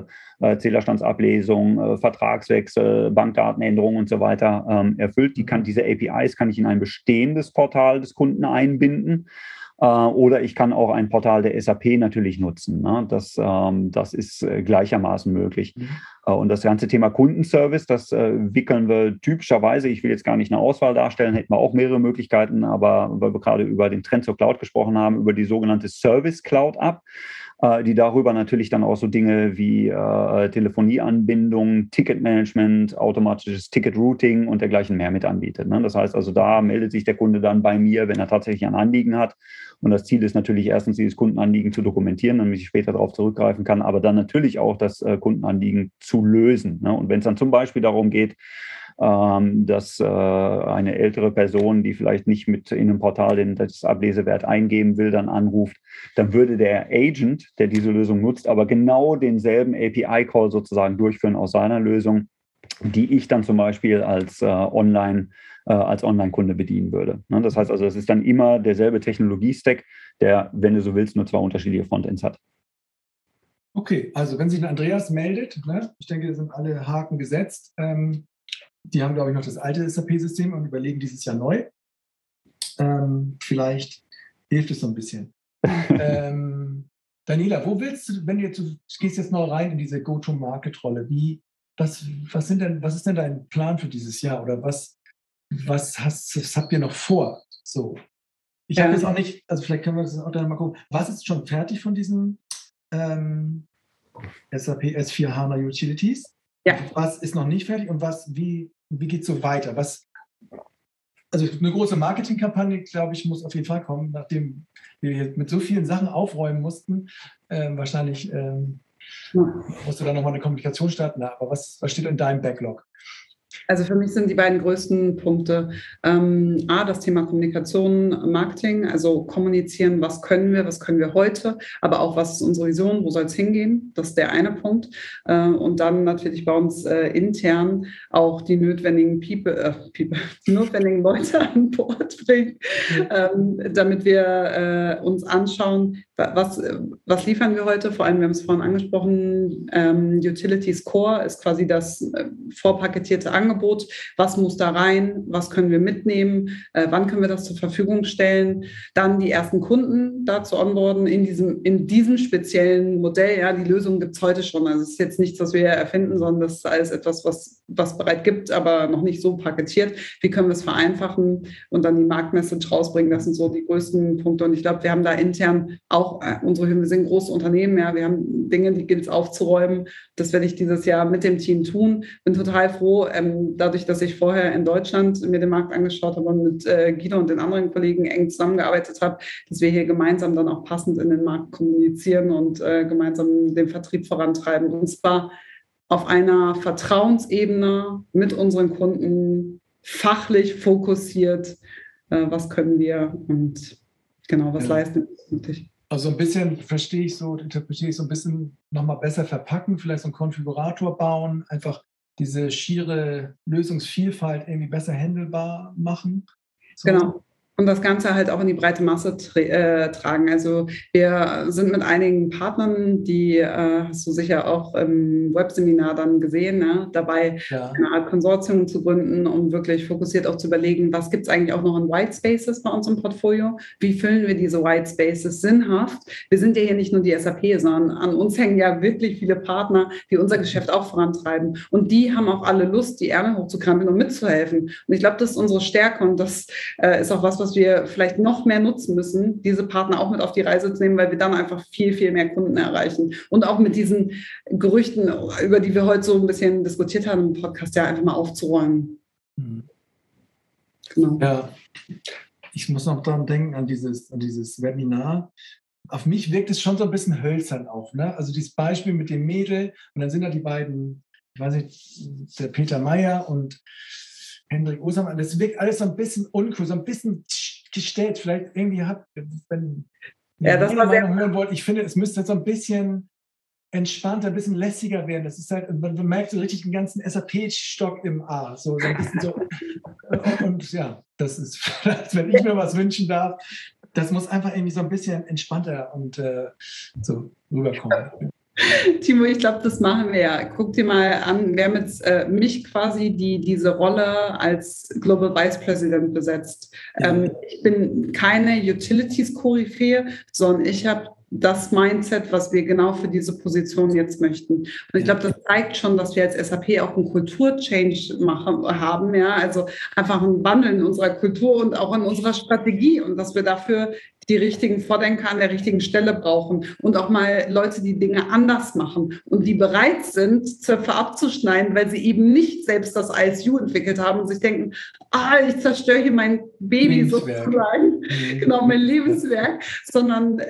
Zählerstandsablesung, Vertragswechsel, Bankdatenänderungen und so weiter erfüllt. Diese APIs kann ich in ein bestehendes Portal des Kunden einbinden. Oder ich kann auch ein Portal der SAP natürlich nutzen. Ne? Das ist gleichermaßen möglich. Und das ganze Thema Kundenservice, das wickeln wir typischerweise, ich will jetzt gar nicht eine Auswahl darstellen, hätten wir auch mehrere Möglichkeiten, aber weil wir gerade über den Trend zur Cloud gesprochen haben, über die sogenannte Service Cloud ab, die darüber natürlich dann auch so Dinge wie Telefonieanbindung, Ticketmanagement, automatisches Ticket-Routing und dergleichen mehr mit anbietet. Ne? Das heißt also, da meldet sich der Kunde dann bei mir, wenn er tatsächlich ein Anliegen hat. Und das Ziel ist natürlich erstens, dieses Kundenanliegen zu dokumentieren, damit ich später darauf zurückgreifen kann, aber dann natürlich auch das Kundenanliegen zu lösen. Ne? Und wenn es dann zum Beispiel darum geht, dass eine ältere Person, die vielleicht nicht mit in einem Portal das Ablesewert eingeben will, dann anruft, dann würde der Agent, der diese Lösung nutzt, aber genau denselben API-Call sozusagen durchführen aus seiner Lösung, die ich dann zum Beispiel als Online-Kunde bedienen würde. Ne? Das heißt also, es ist dann immer derselbe Technologie-Stack, der, wenn du so willst, nur 2 unterschiedliche Frontends hat. Okay, also wenn sich ein Andreas meldet, ne, ich denke, sind alle Haken gesetzt. Die haben, glaube ich, noch das alte SAP-System und überlegen dieses Jahr neu. Vielleicht hilft es so ein bisschen. Daniela, wo willst du, wenn du gehst jetzt noch rein in diese Go-to-Market-Rolle, was ist denn dein Plan für dieses Jahr oder was habt ihr noch vor? So. Ich habe jetzt auch nicht, also vielleicht können wir das auch dann mal gucken, was ist schon fertig von diesen SAP S4 HANA Utilities? Ja. Was ist noch nicht fertig und wie geht es so weiter? Also eine große Marketingkampagne, glaube ich, muss auf jeden Fall kommen, nachdem wir mit so vielen Sachen aufräumen mussten. Wahrscheinlich musst du da nochmal eine Kommunikation starten. Aber was steht in deinem Backlog? Also für mich sind die beiden größten Punkte das Thema Kommunikation, Marketing, also kommunizieren, was können wir heute, aber auch was ist unsere Vision, wo soll es hingehen, das ist der eine Punkt. Und dann natürlich bei uns intern auch die notwendigen die notwendigen Leute an Bord bringen, damit wir uns anschauen, was liefern wir heute, vor allem, wir haben es vorhin angesprochen, Utilities Core ist quasi das vorpaketierte Angebot. Was muss da rein? Was können wir mitnehmen? Wann können wir das zur Verfügung stellen? Dann die ersten Kunden da zu onboarden in diesem speziellen Modell. Ja, die Lösung gibt es heute schon. Also es ist jetzt nichts, was wir erfinden, sondern das ist alles etwas, was bereit gibt, aber noch nicht so paketiert. Wie können wir es vereinfachen und dann die Marktmessage rausbringen? Das sind so die größten Punkte. Und ich glaube, wir haben da intern auch wir sind große Unternehmen. Ja, wir haben Dinge, die gilt es aufzuräumen. Das werde ich dieses Jahr mit dem Team tun. Bin total froh, dadurch, dass ich vorher in Deutschland mir den Markt angeschaut habe und mit Guido und den anderen Kollegen eng zusammengearbeitet habe, dass wir hier gemeinsam dann auch passend in den Markt kommunizieren und gemeinsam den Vertrieb vorantreiben. Und zwar auf einer Vertrauensebene mit unseren Kunden, fachlich fokussiert, was können wir und genau, was leisten wir. Also ein bisschen interpretiere ich so ein bisschen nochmal besser verpacken, vielleicht so einen Konfigurator bauen, einfach diese schiere Lösungsvielfalt irgendwie besser handelbar machen. So. Genau. Und das Ganze halt auch in die breite Masse tragen. Also wir sind mit einigen Partnern, die hast du sicher auch im Webseminar dann gesehen, ne, dabei eine Art Konsortium zu gründen, um wirklich fokussiert auch zu überlegen, was gibt es eigentlich auch noch in White Spaces bei uns im Portfolio? Wie füllen wir diese White Spaces sinnhaft? Wir sind ja hier nicht nur die SAP, sondern an uns hängen ja wirklich viele Partner, die unser Geschäft auch vorantreiben. Und die haben auch alle Lust, die Ärmel hochzukrempeln und mitzuhelfen. Und ich glaube, das ist unsere Stärke und das ist auch was wir vielleicht noch mehr nutzen müssen, diese Partner auch mit auf die Reise zu nehmen, weil wir dann einfach viel, viel mehr Kunden erreichen. Und auch mit diesen Gerüchten, über die wir heute so ein bisschen diskutiert haben im Podcast, ja einfach mal aufzuräumen. Genau. Ja, ich muss noch daran denken, an dieses Webinar. Auf mich wirkt es schon so ein bisschen hölzern auch. Ne? Also dieses Beispiel mit dem Mädel und dann sind da die beiden, ich weiß nicht, der Peter Meyer und Hendrik Ostermann. Das wirkt alles so ein bisschen uncool, so ein bisschen gestellt. Vielleicht irgendwie wenn ihr das meine Meinung hören wollt, ich finde, es müsste so ein bisschen entspannter, ein bisschen lässiger werden. Das ist halt, man merkt so richtig den ganzen SAP-Stock im A. So ein bisschen so. Und ja, das ist vielleicht, wenn ich mir was wünschen darf, das muss einfach irgendwie so ein bisschen entspannter und so rüberkommen. Timo, ich glaube, das machen wir ja. Guck dir mal an, wir haben jetzt mich quasi diese Rolle als Global Vice President besetzt. Ich bin keine Utilities-Koryphäe, sondern ich habe das Mindset, was wir genau für diese Position jetzt möchten. Und ich glaube, das zeigt schon, dass wir als SAP auch einen Kultur-Change haben, ja, also einfach einen Wandel in unserer Kultur und auch in unserer Strategie und dass wir dafür die richtigen Vordenker an der richtigen Stelle brauchen und auch mal Leute, die Dinge anders machen und die bereit sind, Zöpfe abzuschneiden, weil sie eben nicht selbst das ISU entwickelt haben und sich denken, ich zerstöre hier mein Baby sozusagen, genau, mein Lebenswerk, sondern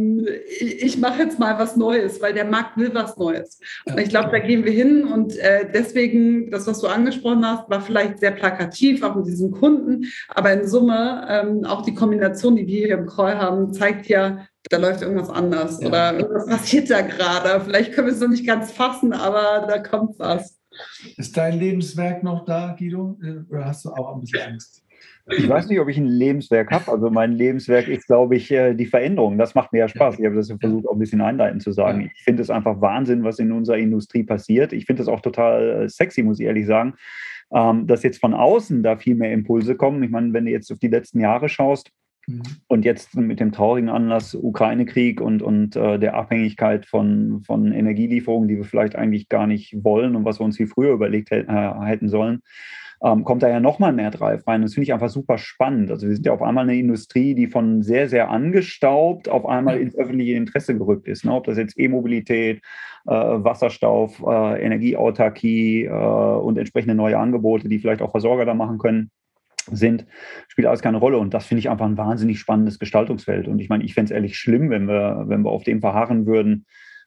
ich mache jetzt mal was Neues, weil der Markt will was Neues. Und ich glaube, da gehen wir hin und deswegen, das, was du angesprochen hast, war vielleicht sehr plakativ, auch mit diesen Kunden, aber in Summe auch die Kombination, die wir hier im Call haben, zeigt ja, da läuft irgendwas anders oder irgendwas passiert da gerade. Vielleicht können wir es noch nicht ganz fassen, aber da kommt was. Ist dein Lebenswerk noch da, Guido? Oder hast du auch ein bisschen Angst? Ich weiß nicht, ob ich ein Lebenswerk habe. Also mein Lebenswerk ist, glaube ich, die Veränderung. Das macht mir ja Spaß. Ich habe das versucht, auch ein bisschen einleitend zu sagen. Ich finde es einfach Wahnsinn, was in unserer Industrie passiert. Ich finde es auch total sexy, muss ich ehrlich sagen, dass jetzt von außen da viel mehr Impulse kommen. Ich meine, wenn du jetzt auf die letzten Jahre schaust, und jetzt mit dem traurigen Anlass Ukraine-Krieg und der Abhängigkeit von Energielieferungen, die wir vielleicht eigentlich gar nicht wollen und was wir uns viel früher überlegt hätten sollen, kommt da ja nochmal mehr Drive rein. Das finde ich einfach super spannend. Also wir sind ja auf einmal eine Industrie, die von sehr, sehr angestaubt auf einmal ins öffentliche Interesse gerückt ist. Ne? Ob das jetzt E-Mobilität, Wasserstoff, Energieautarkie und entsprechende neue Angebote, die vielleicht auch Versorger da machen können, sind, spielt alles keine Rolle. Und das finde ich einfach ein wahnsinnig spannendes Gestaltungsfeld. Und ich meine, ich fände es ehrlich schlimm, wenn wir auf dem verharren würden,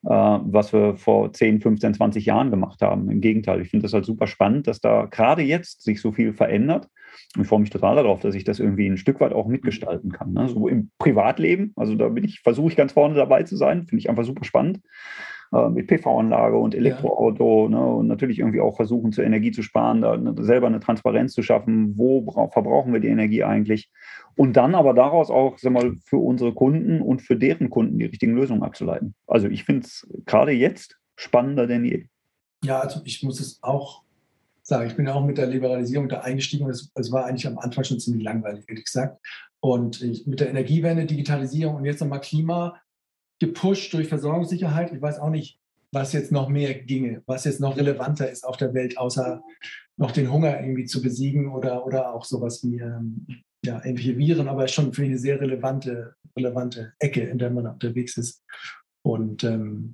was wir vor 10, 15, 20 Jahren gemacht haben. Im Gegenteil, ich finde das halt super spannend, dass da gerade jetzt sich so viel verändert. Und ich freue mich total darauf, dass ich das irgendwie ein Stück weit auch mitgestalten kann. Ne? So im Privatleben, also da versuche ich ganz vorne dabei zu sein, finde ich einfach super spannend. Mit PV-Anlage und Elektroauto, ne, und natürlich irgendwie auch versuchen, zur Energie zu sparen, da selber eine Transparenz zu schaffen, wo verbrauchen wir die Energie eigentlich und dann aber daraus auch, sag mal, für unsere Kunden und für deren Kunden die richtigen Lösungen abzuleiten. Also ich finde es gerade jetzt spannender denn je. Ja, also ich muss es auch sagen, ich bin ja auch mit der Liberalisierung da eingestiegen und es war eigentlich am Anfang schon ziemlich langweilig, ehrlich gesagt. Und mit der Energiewende, Digitalisierung und jetzt nochmal Klima, gepusht durch Versorgungssicherheit. Ich weiß auch nicht, was jetzt noch mehr ginge, was jetzt noch relevanter ist auf der Welt, außer noch den Hunger irgendwie zu besiegen oder auch sowas wie irgendwelche Viren, aber schon für eine sehr relevante Ecke, in der man unterwegs ist. Und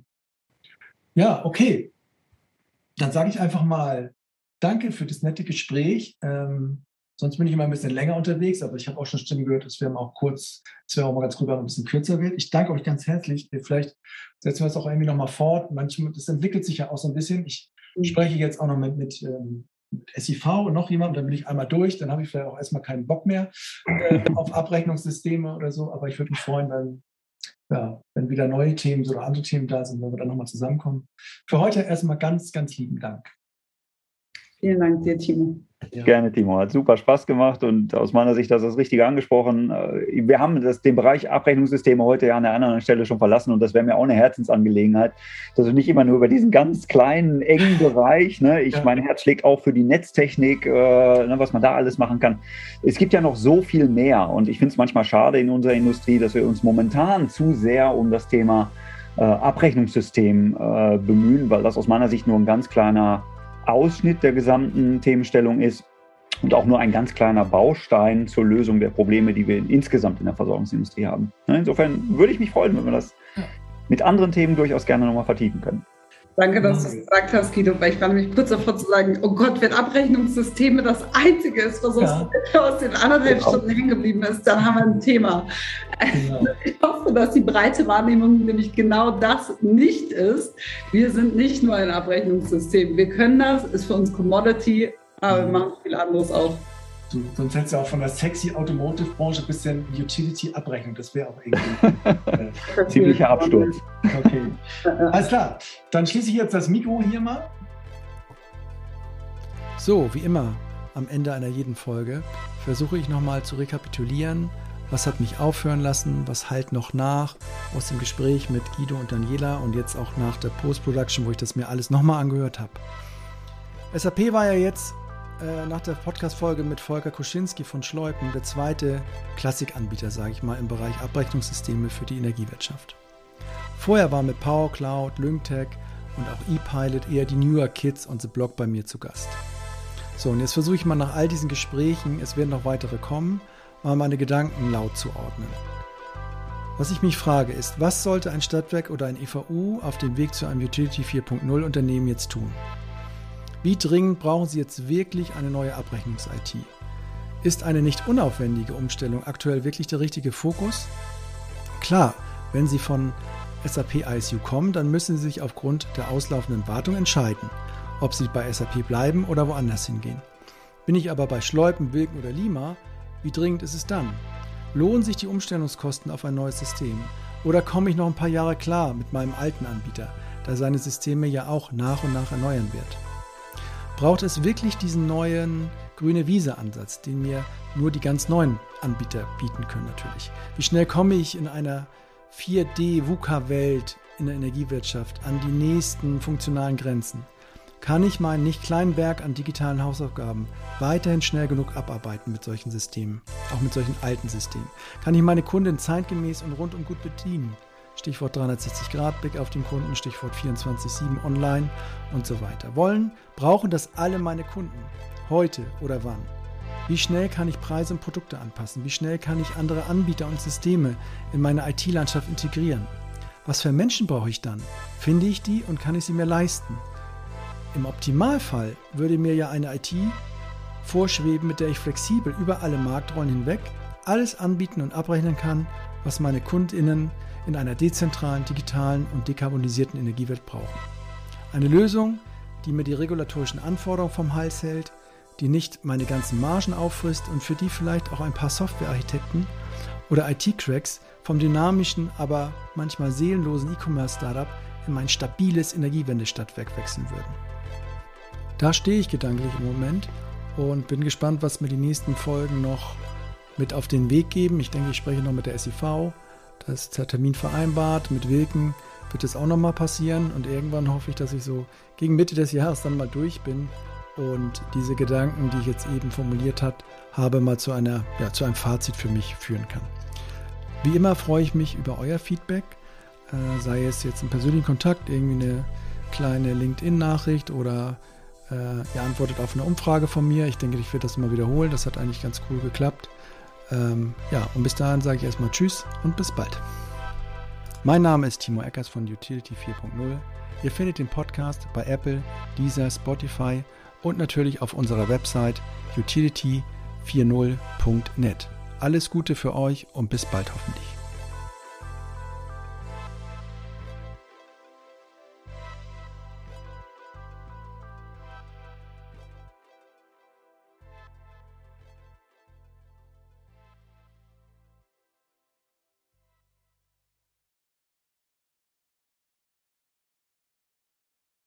okay. Dann sage ich einfach mal danke für das nette Gespräch. Sonst bin ich immer ein bisschen länger unterwegs, aber ich habe auch schon Stimmen gehört, es wäre auch mal ganz cool, wenn es ein bisschen kürzer wird. Ich danke euch ganz herzlich. Vielleicht setzen wir es auch irgendwie nochmal fort. Manchmal, das entwickelt sich ja auch so ein bisschen. Ich spreche jetzt auch noch mit SIV und noch jemandem, dann bin ich einmal durch, dann habe ich vielleicht auch erstmal keinen Bock mehr auf Abrechnungssysteme oder so, aber ich würde mich freuen, wenn wieder neue Themen oder andere Themen da sind, wenn wir dann nochmal zusammenkommen. Für heute erstmal ganz, ganz lieben Dank. Vielen Dank dir, Timo. Ja. Gerne, Timo. Hat super Spaß gemacht und aus meiner Sicht hast du das Richtige angesprochen. Wir haben den Bereich Abrechnungssysteme heute ja an der anderen Stelle schon verlassen und das wäre mir auch eine Herzensangelegenheit, dass du nicht immer nur über diesen ganz kleinen, engen Bereich, ne? Mein Herz schlägt auch für die Netztechnik, was man da alles machen kann. Es gibt ja noch so viel mehr und ich finde es manchmal schade in unserer Industrie, dass wir uns momentan zu sehr um das Thema Abrechnungssystem bemühen, weil das aus meiner Sicht nur ein ganz kleiner Ausschnitt der gesamten Themenstellung ist und auch nur ein ganz kleiner Baustein zur Lösung der Probleme, die wir insgesamt in der Versorgungsindustrie haben. Insofern würde ich mich freuen, wenn wir das mit anderen Themen durchaus gerne nochmal vertiefen können. Danke, dass du es gesagt hast, Guido, weil ich war nämlich kurz davor zu sagen, oh Gott, wenn Abrechnungssysteme das Einzige ist, was aus den 1,5 Stunden hängen geblieben ist, dann haben wir ein Thema. Genau. Ich hoffe, dass die breite Wahrnehmung nämlich genau das nicht ist. Wir sind nicht nur ein Abrechnungssystem. Wir können das, ist für uns Commodity, aber wir machen viel anderes auch. Sonst hättest du auch von der sexy Automotive-Branche ein bisschen Utility-Abrechnung. Das wäre auch irgendwie ziemlicher Absturz. Okay, alles klar. Dann schließe ich jetzt das Mikro hier mal. So, wie immer, am Ende einer jeden Folge versuche ich nochmal zu rekapitulieren, was hat mich aufhören lassen, was halt noch nach aus dem Gespräch mit Guido und Daniela und jetzt auch nach der Post-Production, wo ich das mir alles nochmal angehört habe. SAP war ja jetzt nach der Podcast-Folge mit Volker Kuschinski von Schleupen der zweite Klassikanbieter, sage ich mal, im Bereich Abrechnungssysteme für die Energiewirtschaft. Vorher war mit Power Cloud, Lyngtech und auch ePilot eher die Newer Kids on the Block bei mir zu Gast. So, und jetzt versuche ich mal nach all diesen Gesprächen, es werden noch weitere kommen, mal meine Gedanken laut zu ordnen. Was ich mich frage ist, was sollte ein Stadtwerk oder ein EVU auf dem Weg zu einem Utility 4.0 Unternehmen jetzt tun? Wie dringend brauchen Sie jetzt wirklich eine neue Abrechnungs-IT? Ist eine nicht unaufwendige Umstellung aktuell wirklich der richtige Fokus? Klar, wenn Sie von SAP ISU kommen, dann müssen Sie sich aufgrund der auslaufenden Wartung entscheiden, ob Sie bei SAP bleiben oder woanders hingehen. Bin ich aber bei Schleupen, Wilken oder Lima, wie dringend ist es dann? Lohnen sich die Umstellungskosten auf ein neues System? Oder komme ich noch ein paar Jahre klar mit meinem alten Anbieter, da seine Systeme ja auch nach und nach erneuern wird? Braucht es wirklich diesen neuen grüne Wiese-Ansatz, den mir nur die ganz neuen Anbieter bieten können natürlich? Wie schnell komme ich in einer 4D-VUCA-Welt in der Energiewirtschaft an die nächsten funktionalen Grenzen? Kann ich meinen nicht kleinen Berg an digitalen Hausaufgaben weiterhin schnell genug abarbeiten mit solchen Systemen, auch mit solchen alten Systemen? Kann ich meine Kunden zeitgemäß und rundum gut bedienen? Stichwort 360-Grad-Blick auf den Kunden, Stichwort 24/7 online und so weiter. Brauchen das alle meine Kunden? Heute oder wann? Wie schnell kann ich Preise und Produkte anpassen? Wie schnell kann ich andere Anbieter und Systeme in meine IT-Landschaft integrieren? Was für Menschen brauche ich dann? Finde ich die und kann ich sie mir leisten? Im Optimalfall würde mir ja eine IT vorschweben, mit der ich flexibel über alle Marktrollen hinweg alles anbieten und abrechnen kann, was meine KundInnen in einer dezentralen, digitalen und dekarbonisierten Energiewelt brauchen. Eine Lösung, die mir die regulatorischen Anforderungen vom Hals hält, die nicht meine ganzen Margen auffrisst und für die vielleicht auch ein paar Softwarearchitekten oder IT-Cracks vom dynamischen, aber manchmal seelenlosen E-Commerce-Startup in mein stabiles Energiewendestadtwerk wechseln würden. Da stehe ich gedanklich im Moment und bin gespannt, was mir die nächsten Folgen noch mit auf den Weg geben. Ich denke, ich spreche noch mit der SIV. Da ist der Termin vereinbart. Mit Wilken wird es auch noch mal passieren. Und irgendwann hoffe ich, dass ich so gegen Mitte des Jahres dann mal durch bin und diese Gedanken, die ich jetzt eben formuliert habe, mal zu einem Fazit für mich führen kann. Wie immer freue ich mich über euer Feedback, sei es jetzt im persönlichen Kontakt, irgendwie eine kleine LinkedIn-Nachricht oder ihr antwortet auf eine Umfrage von mir. Ich denke, ich werde das mal wiederholen. Das hat eigentlich ganz cool geklappt. Und bis dahin sage ich erstmal Tschüss und bis bald. Mein Name ist Timo Eckers von Utility 4.0. Ihr findet den Podcast bei Apple, Deezer, Spotify und natürlich auf unserer Website utility40.net. Alles Gute für euch und bis bald hoffentlich.